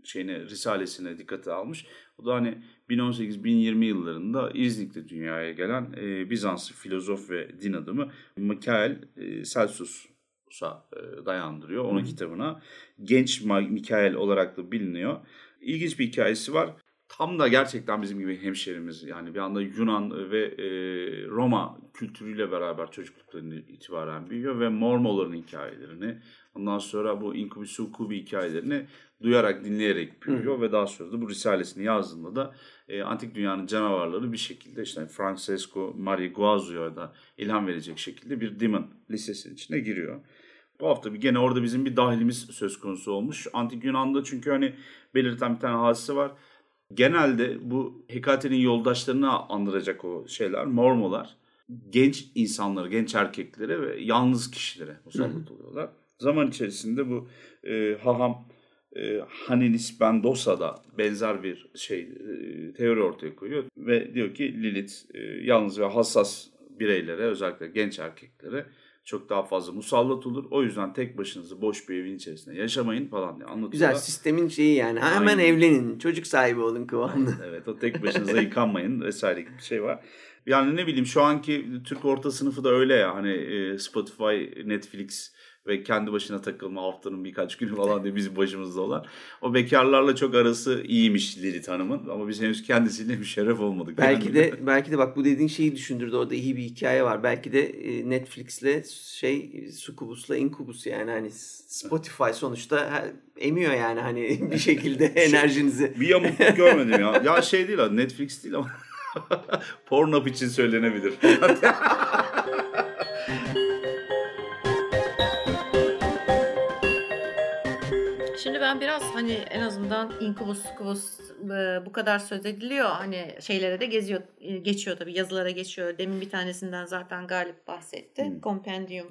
şeyine, risalesine dikkate almış. O da hani bin on sekiz bin yirmi yıllarında İznik'te dünyaya gelen e, Bizanslı filozof ve din adamı Mikael e, Celsus'a e, dayandırıyor. Onun Hı-hı. kitabına. Genç Mikael olarak da biliniyor. İlginç bir hikayesi var. Tam da gerçekten bizim gibi hemşerimiz, yani bir anda Yunan ve e, Roma kültürüyle beraber çocukluklarını itibaren büyüyor ve Mormoların hikayelerini, ondan sonra bu Incubus Succubi hikayelerini duyarak, dinleyerek büyüyor. Hı. Ve daha sonra da bu risalesini yazdığında da e, antik dünyanın canavarları bir şekilde işte Francesco Maria Guazzo'ya da ilham verecek şekilde bir Demon listesinin içine giriyor. Bu hafta bir gene orada bizim bir dahilimiz söz konusu olmuş. Antik Yunan'da çünkü hani belirten bir tane hadise var. Genelde bu Hekate'nin yoldaşlarını andıracak o şeyler, Mormolar, genç insanları, genç erkeklere ve yalnız kişilere musallat oluyorlar. Zaman içerisinde bu e, haham e, Hanilis Bendosa da benzer bir şey e, teori ortaya koyuyor ve diyor ki Lilith e, yalnız ve hassas bireylere, özellikle genç erkeklere çok daha fazla musallat olur. O yüzden tek başınıza boş bir evin içerisinde yaşamayın falan diye anlatıyorlar. Güzel, sistemin şeyi yani. Hemen Aynen. evlenin, çocuk sahibi olun kıvamında. Evet, o tek başınıza yıkanmayın vesaire gibi bir şey var. Yani ne bileyim, şu anki Türk orta sınıfı da öyle ya, hani Spotify, Netflix ve kendi başına takılma haftanın birkaç günü falan diye bizim başımızda olan. O bekarlarla çok arası iyiymiş Lilith Hanım'ın, ama biz henüz kendisiyle müşerref olmadık. Belki yani. de belki de bak bu dediğin şeyi düşündürdü. Orada iyi bir hikaye var. Belki de Netflix'le şey Succubus'la Incubus, yani hani Spotify sonuçta emiyor yani hani bir şekilde enerjinizi. Bir yamukluk görmedim ya. Ya şey değil, Netflix değil ama Pornhub için söylenebilir. Şimdi ben biraz hani en azından Incubus, Succubus e, bu kadar söz ediliyor. Hani şeylere de geziyor, geçiyor tabii, yazılara geçiyor. Demin bir tanesinden zaten Galip bahsetti. Hmm. Compendium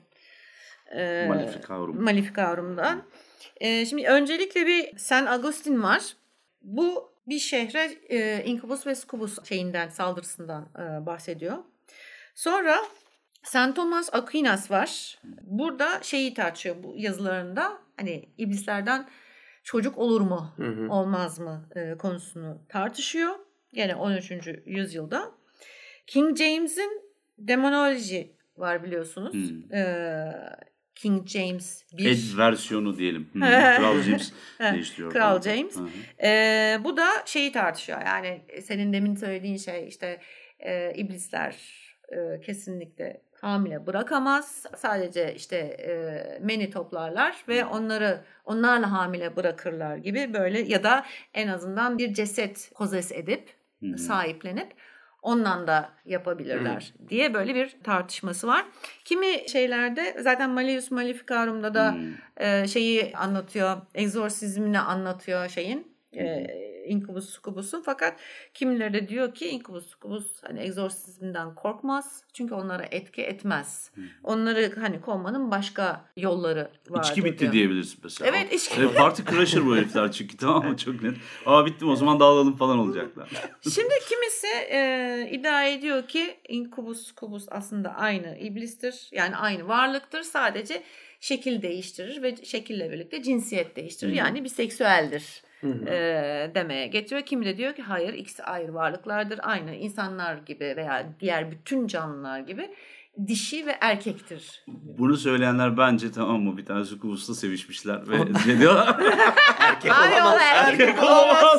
e, Maleficarum. Maleficarum'dan. E, şimdi öncelikle bir Saint Augustine var. Bu bir şehre e, Incubus ve Succubus şeyinden, saldırısından e, bahsediyor. Sonra Saint Thomas Aquinas var. Burada şeyi tartışıyor bu yazılarında. Hani iblislerden çocuk olur mu, hı hı. olmaz mı e, konusunu tartışıyor. Yine on üçüncü yüzyılda. King James'in Demonology var biliyorsunuz. Hmm. E, King James bir. Ed versiyonu diyelim. Hmm. Kral James değiştiriyor. Kral James. E, bu da şeyi tartışıyor. Yani senin demin söylediğin şey işte e, iblisler e, kesinlikle hamile bırakamaz. Sadece işte e, meni toplarlar ve onları onlarla hamile bırakırlar gibi, böyle, ya da en azından bir ceset pozes edip hmm. sahiplenip ondan da yapabilirler hmm. diye böyle bir tartışması var. Kimi şeylerde zaten Malleus Maleficarum'da da hmm. e, şeyi anlatıyor, egzorsizmini anlatıyor şeyin. Hmm. E, Incubus Succubus'un, fakat kimileri de diyor ki Incubus Succubus hani egzorsizmden korkmaz çünkü onlara etki etmez. Hmm. Onları hani kovmanın başka yolları vardır. İçki bitti diyor. Diyebiliriz mesela. Evet, içki. Evet, parti crusher bu herifler çünkü, tamam mı, çok net. Aa bittim o zaman dağılalım falan olacaklar. Şimdi kimisi e, iddia ediyor ki Incubus Succubus aslında aynı iblistir. Yani aynı varlıktır. Sadece şekil değiştirir ve şekille birlikte cinsiyet değiştirir. Hmm. Yani biseksüeldir. E, demeye getiriyor. Kimi de diyor ki hayır, ikisi ayrı varlıklardır. Aynı insanlar gibi veya diğer bütün canlılar gibi dişi ve erkektir. Bunu söyleyenler bence, tamam mı, bir tane Succubus'la sevişmişler ve ne diyorlar? Erkek olamaz. Erkek olamaz.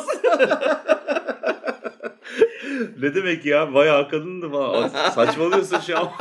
Ne demek ya? Bayağı kadındı falan. Saçmalıyorsun şu an.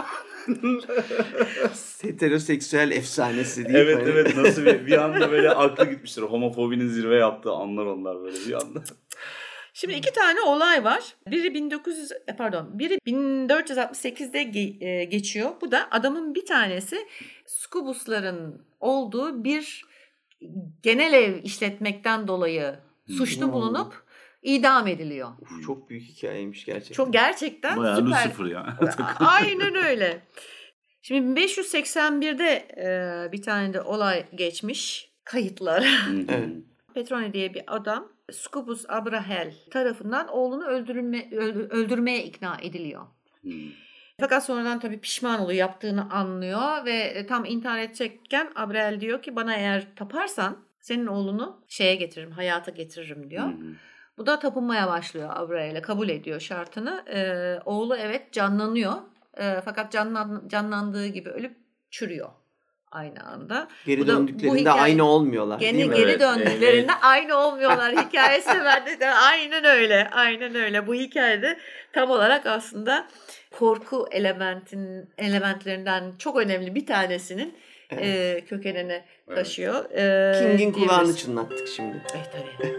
Heteroseksüel efsanesi değil. Evet hani. Evet, nasıl bir, bir anda böyle aklı gitmiştir. Homofobinin zirve yaptığı anlar onlar böyle bir anda. Şimdi iki tane olay var. Biri bin dokuz yüz pardon, biri bin dört yüz altmış sekizde ge- geçiyor. Bu da adamın bir tanesi Succubus'ların olduğu bir genel ev işletmekten dolayı suçlu hmm. bulunup idam ediliyor. Uf, çok büyük hikayeymiş gerçekten. Çok gerçekten bayağı süper. Bayağı Lucifer ya. Aynen öyle. Şimdi bin beş yüz seksen birde e, bir tane de olay geçmiş. Kayıtlar. Evet. Petrone diye bir adam Succubus Abrahel tarafından oğlunu öldürülme, öldürmeye ikna ediliyor. Hmm. Fakat sonradan tabii pişman oluyor, yaptığını anlıyor ve tam intihar edecekken Abrahel diyor ki bana eğer taparsan senin oğlunu şeye getiririm, hayata getiririm diyor. Hı hı. Bu da tapınmaya başlıyor Abrael'e, kabul ediyor şartını. Ee, oğlu evet canlanıyor. Ee, fakat canlan, canlandığı gibi ölüp çürüyor aynı anda. Geri Bu da- bu döndüklerinde hikaye- aynı olmuyorlar Gene değil mi? geri Evet, döndüklerinde evet. aynı olmuyorlar. Hikayesi bende de aynen öyle. Aynen öyle. Bu hikayede tam olarak aslında korku elementin elementlerinden çok önemli bir tanesinin Evet. e, kökenini Evet. taşıyor. E, King'in kulağını diyebiliriz. çınlattık şimdi. Evet tabii.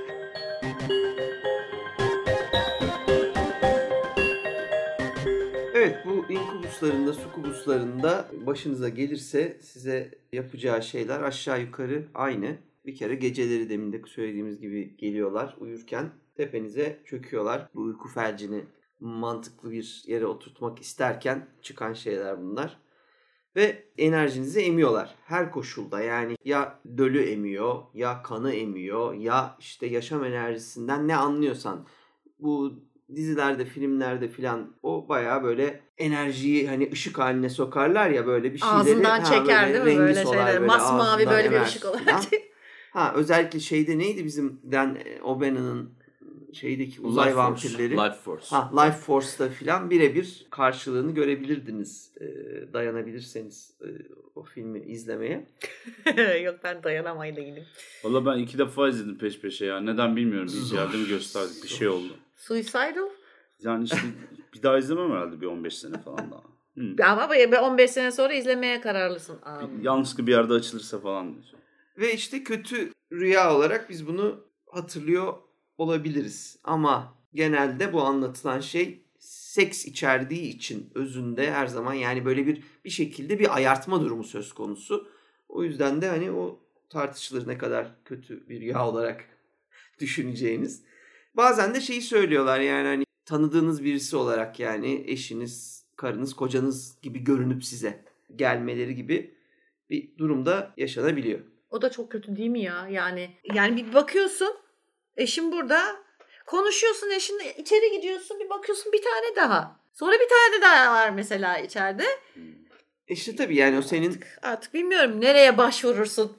Evet, bu inkubuslarında, sukubuslarında başınıza gelirse size yapacağı şeyler aşağı yukarı aynı. Bir kere geceleri demin de söylediğimiz gibi geliyorlar uyurken tepenize çöküyorlar. Bu uyku felcini mantıklı bir yere oturtmak isterken çıkan şeyler bunlar. Ve enerjinizi emiyorlar her koşulda, yani ya dölü emiyor, ya kanı emiyor, ya işte yaşam enerjisinden ne anlıyorsan. Bu dizilerde, filmlerde filan o bayağı böyle enerjiyi hani ışık haline sokarlar ya, böyle bir şeyleri. Ağzından ha, çeker böyle değil mi? rengi Böyle solar, şeyler. böyle Masmavi ağzından böyle bir emer ışık olarak. filan. Ha, özellikle şeyde neydi bizim Dan O'Bannon'ın şeydeki uzay Life Force, vampirleri. Life Force. Ha, Life Force'ta filan birebir karşılığını görebilirdiniz e, dayanabilirseniz e, o filmi izlemeye. Yok ben dayanamaydım. Valla ben iki defa izledim peş peşe ya. Neden bilmiyorum. Bir Zor, yerde mi gösterdik, bir zor. şey oldu. Suicidal? Yani işte bir daha izlemem herhalde bir on beş sene falan daha. Hı. Ama böyle on beş sene sonra izlemeye kararlısın. Am. Yanlışlıkla bir yerde açılırsa falan. Ve işte kötü rüya olarak biz bunu hatırlıyor olabiliriz. Ama genelde bu anlatılan şey seks içerdiği için özünde her zaman yani böyle bir bir şekilde bir ayartma durumu söz konusu. O yüzden de hani o tartışılır ne kadar kötü bir rüya olarak düşüneceğiniz. Bazen de şeyi söylüyorlar, yani hani tanıdığınız birisi olarak, yani eşiniz, karınız, kocanız gibi görünüp size gelmeleri gibi bir durumda yaşanabiliyor. O da çok kötü değil mi ya? Yani yani bir bakıyorsun eşin burada, konuşuyorsun eşinle, içeri gidiyorsun, bir bakıyorsun bir tane daha. Sonra bir tane daha var mesela içeride. İşte tabii yani o senin Artık, artık bilmiyorum nereye başvurursun.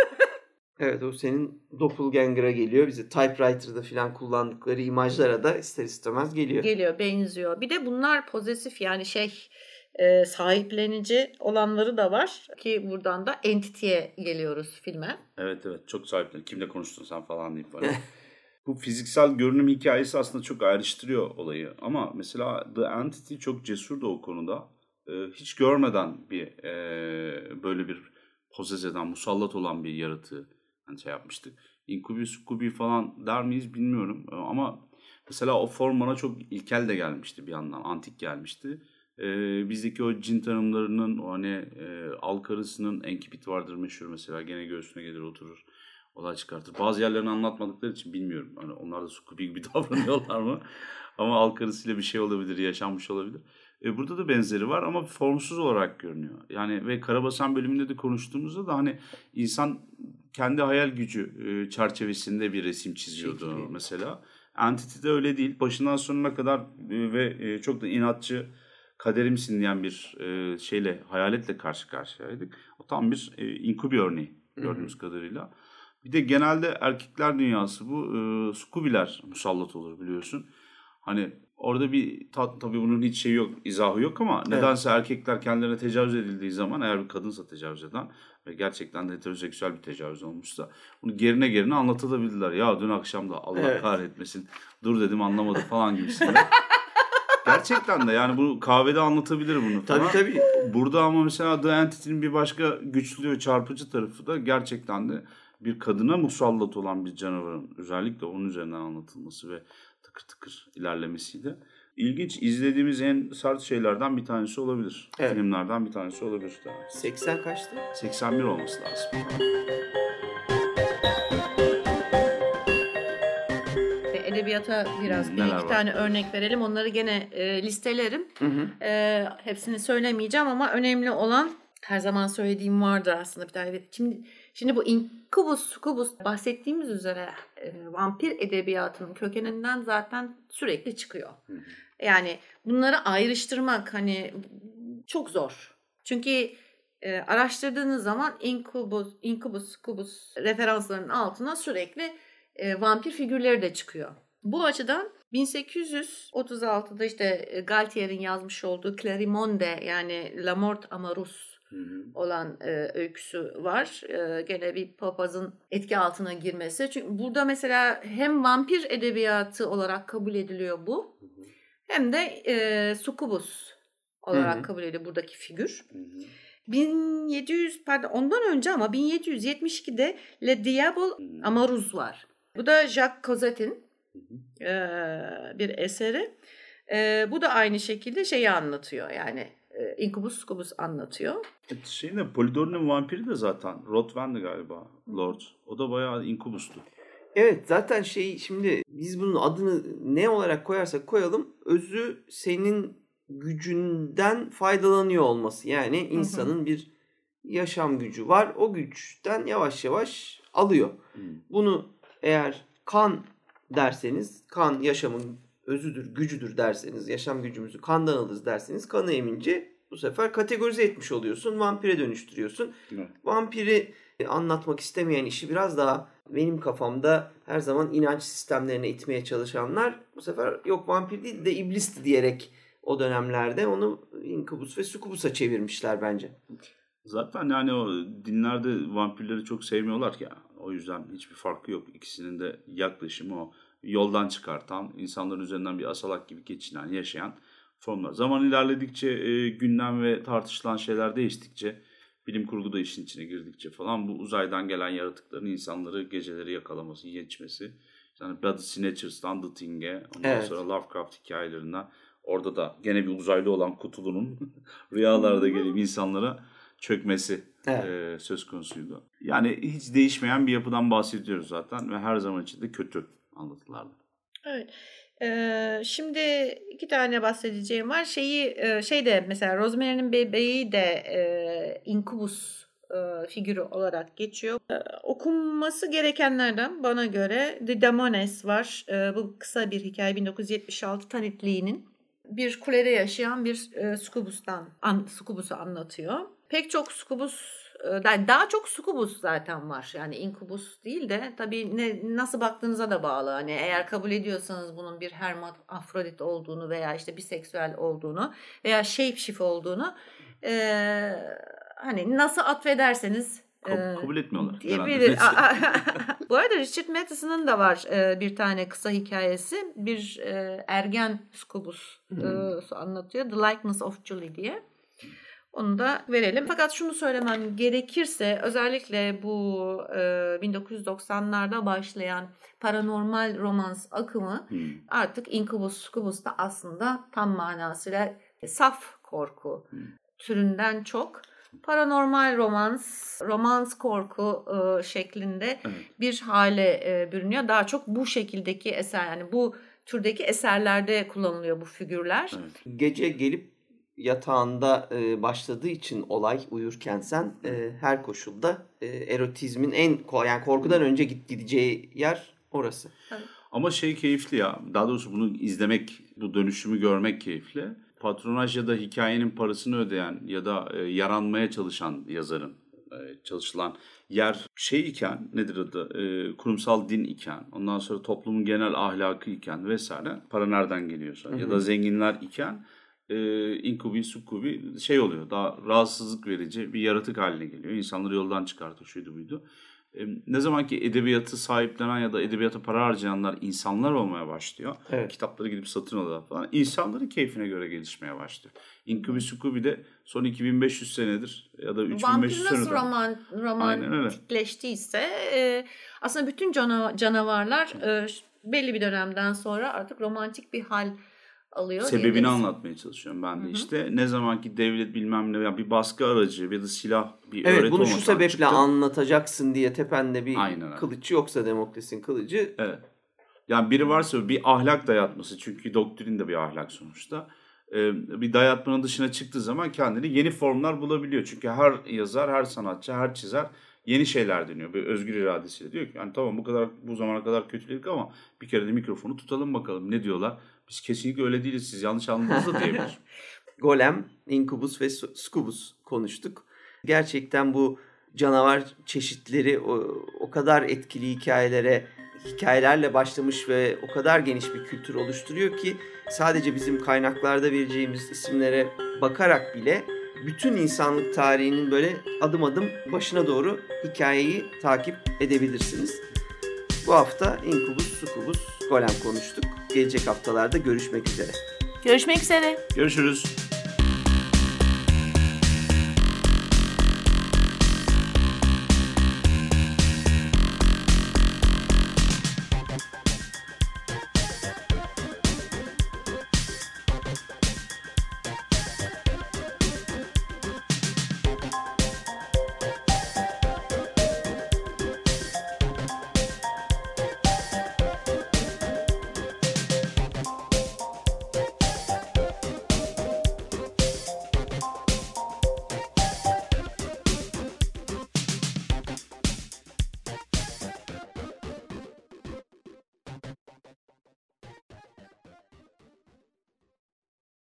evet o senin doppelganger'a geliyor. Bizi typewriter'da falan kullandıkları imajlara da ister istemez geliyor. Geliyor, benziyor. Bir de bunlar pozitif yani şey e, sahiplenici olanları da var ki buradan da Entity'ye geliyoruz filme. Evet evet çok sahiplen. Kimle konuştun sen falan deyip böyle. Bu fiziksel görünüm hikayesi aslında çok ayrıştırıyor olayı. Ama mesela The Entity çok cesur da o konuda. Ee, hiç görmeden bir e, böyle bir pozes eden, musallat olan bir yaratığı hani şey yapmıştık. Incubi, Succubi falan der miyiz bilmiyorum. Ee, ama mesela o form bana çok ilkel de gelmişti bir yandan. Antik gelmişti. Ee, bizdeki o cin tanımlarının o hani e, Alkarısının Enkipit vardır meşhur mesela. Gene göğsüne gelir oturur. Olay çıkartır. Bazı yerlerini anlatmadıkları için bilmiyorum. Hani onlar da Succubi gibi davranıyorlar mı? Ama Alkarısıyla bir şey olabilir, yaşanmış olabilir. E, burada da benzeri var ama formsuz olarak görünüyor. Yani ve Karabasan bölümünde de konuştuğumuzda da hani insan kendi hayal gücü e, çerçevesinde bir resim çiziyordu Çekiliyor. mesela. Entity'de öyle değil. Başından sonuna kadar e, ve e, çok da inatçı, kaderimsin diyen bir e, şeyle, hayaletle karşı karşıyaydık. O tam bir e, inkubi örneği gördüğümüz Hı-hı. kadarıyla. Bir de genelde erkekler dünyası bu. E, Sukubiler musallat olur biliyorsun. Hani orada bir tat, tabii bunun hiç şeyi yok, izahı yok ama evet. Nedense erkekler kendilerine tecavüz edildiği zaman, eğer bir kadınsa tecavüz eden ve gerçekten de heteroseksüel bir tecavüz olmuşsa bunu gerine gerine anlatılabilirler. Ya dün akşam da Allah evet. kahretmesin, dur dedim anlamadı falan gibisinden. Gerçekten de yani bu kahvede anlatabilir bunu falan. Tabii tabii. Burada ama mesela The Entity'nin bir başka güçlü, çarpıcı tarafı da gerçekten de bir kadına musallat olan bir canavarın özellikle onun üzerinden anlatılması ve tıkır tıkır ilerlemesiydi. İlginç, izlediğimiz en sert şeylerden bir tanesi olabilir. Evet. Filmlerden bir tanesi olabilir. seksen kaçtı? seksen bir olması lazım. Edebiyata biraz hmm, bir iki var? tane örnek verelim. Onları gene e, listelerim. Hı hı. E, hepsini söylemeyeceğim ama önemli olan her zaman söylediğim vardır aslında bir tane. Şimdi şimdi bu inkubus, sukubus bahsettiğimiz üzere e, vampir edebiyatının kökeninden zaten sürekli çıkıyor. Hı hı. Yani bunları ayrıştırmak hani çok zor. Çünkü e, araştırdığınız zaman Incubus, Incubus, Succubus referanslarının altına sürekli e, vampir figürleri de çıkıyor. Bu açıdan bin sekiz yüz otuz altıda işte e, Galtier'in yazmış olduğu Clarimonde yani La Mort Amarus olan e, öyküsü var. E, gene bir papazın etki altına girmesi. Çünkü burada mesela hem vampir edebiyatı olarak kabul ediliyor bu. Hem de e, Succubus olarak Hı hı. kabul ediliyor buradaki figür. bin yedi yüz pardon ondan önce ama bin yedi yüz yetmiş ikide Le Diable Amarus var. Bu da Jacques Cossette'in e, bir eseri. E, bu da aynı şekilde şeyi anlatıyor yani e, Incubus Succubus anlatıyor. Şey de Polidori'nin vampiri de zaten Rothwell'di galiba Lord. O da bayağı Incubus'tu. Evet zaten şey şimdi biz bunun adını ne olarak koyarsak koyalım özü senin gücünden faydalanıyor olması. Yani insanın hı hı. bir yaşam gücü var. O güçten yavaş yavaş alıyor. Hı. Bunu eğer kan derseniz kan yaşamın özüdür, gücüdür derseniz yaşam gücümüzü kandan alırız derseniz kanı emince bu sefer kategorize etmiş oluyorsun. Vampire dönüştürüyorsun. Hı. Vampiri anlatmak istemeyen işi biraz daha benim kafamda her zaman inanç sistemlerine itmeye çalışanlar bu sefer yok vampir değil de iblisti diyerek o dönemlerde onu Incubus ve Succubus'a çevirmişler bence. Zaten yani o dinlerde vampirleri çok sevmiyorlar ya. O yüzden hiçbir farkı yok. İkisinin de yaklaşımı o. Yoldan çıkartan, insanların üzerinden bir asalak gibi geçinen, yaşayan formlar. Zaman ilerledikçe, e, gündem ve tartışılan şeyler değiştikçe, bilim kurgu da işin içine girdikçe falan bu uzaydan gelen yaratıkların insanları geceleri yakalaması, geçmesi. Yani Bloody Snatchers'tan The Thing'e, ondan evet. sonra Lovecraft hikayelerinden. Orada da gene bir uzaylı olan Cthulhu'nun rüyalarda gelip insanlara çökmesi evet. e, söz konusuydu. Yani hiç değişmeyen bir yapıdan bahsediyoruz zaten ve her zaman içinde kötü anlatılardı. Evet. Ee, şimdi iki tane bahsedeceğim var. Şeyi e, şey de mesela Rosemary'nin Bebeği de e, Incubus e, figürü olarak geçiyor. E, okunması gerekenlerden bana göre The Damones var. E, bu kısa bir hikaye bin dokuz yüz yetmiş altı Tanit Lee'nin bir kulede yaşayan bir e, Succubus'tan an, Succubus'u anlatıyor. Pek çok Succubus daha çok Succubus zaten var. Yani Incubus değil de tabii ne, nasıl baktığınıza da bağlı. Hani eğer kabul ediyorsanız bunun bir hermafrodit olduğunu veya işte biseksüel olduğunu veya shapeshift olduğunu e, hani nasıl atfederseniz Kabul, kabul etmiyorlar. Diyebilir. Bu arada Richard Matheson'ın da var e, bir tane kısa hikayesi. Bir e, ergen Succubus e, anlatıyor. The Likeness of Julie diye. Onu da verelim. Fakat şunu söylemem gerekirse özellikle bu e, bin dokuz yüz doksanlarda başlayan paranormal romans akımı hmm. artık Incubus Succubus da aslında tam manasıyla saf korku hmm. türünden çok paranormal romans, romans korku e, şeklinde evet. bir hale e, bürünüyor. Daha çok bu şekildeki eser yani bu türdeki eserlerde kullanılıyor bu figürler. Evet. Gece gelip yatağında e, başladığı için olay uyurken sen e, her koşulda e, erotizmin en yani korkudan önce git gideceği yer orası. Evet. Ama şey keyifli ya. Daha doğrusu bunu izlemek, bu dönüşümü görmek keyifli. Patronaj ya da hikayenin parasını ödeyen ya da e, yaranmaya çalışan yazarın e, çalışılan yer şey iken nedir adı e, kurumsal din iken ondan sonra toplumun genel ahlakı iken vesaire para nereden geliyorsa hı hı. ya da zenginler iken e, inkubi sukubi şey oluyor daha rahatsızlık verici bir yaratık haline geliyor. İnsanları yoldan çıkartıyor şuydu buydu. E, ne zaman ki edebiyatı sahiplenen ya da edebiyata para harcayanlar insanlar olmaya başlıyor. Evet. Kitapları gidip satın alıyorlar falan. İnsanların keyfine göre gelişmeye başlıyor. Inkubi Sukubi de son iki bin beş yüz senedir ya da üç bin beş yüz senedir. Vampir nasıl roman, romantikleştiyse e, aslında bütün cana, canavarlar e, belli bir dönemden sonra artık romantik bir hal alıyor. Sebebini anlatmaya çalışıyorum ben de. Hı hı. İşte ne zaman ki devlet bilmem ne ya bir baskı aracı ya da silah bir evet, öğreti bunu şu sebeple çıktı. anlatacaksın diye tepende bir aynen kılıç yoksa Demokles'in kılıcı. Evet. Yani biri varsa bir ahlak dayatması çünkü doktrin de bir ahlak sonuçta. Ee, bir dayatmanın dışına çıktığı zaman kendini yeni formlar bulabiliyor. Çünkü her yazar, her sanatçı, her çizer yeni şeyler deniyor. Böyle özgür iradesiyle diyor ki yani tamam bu kadar bu zamana kadar kötüledik ama bir kere de mikrofonu tutalım bakalım ne diyorlar. Biz kesinlikle öyle değiliz. Siz yanlış anladınız da diyebilir. Golem, Incubus ve Succubus konuştuk. Gerçekten bu canavar çeşitleri o, o kadar etkili hikayelere, hikayelerle başlamış ve o kadar geniş bir kültür oluşturuyor ki sadece bizim kaynaklarda vereceğimiz isimlere bakarak bile bütün insanlık tarihinin böyle adım adım başına doğru hikayeyi takip edebilirsiniz. Bu hafta Incubus, Succubus, Golem konuştuk. Gelecek haftalarda görüşmek üzere. Görüşmek üzere. Görüşürüz.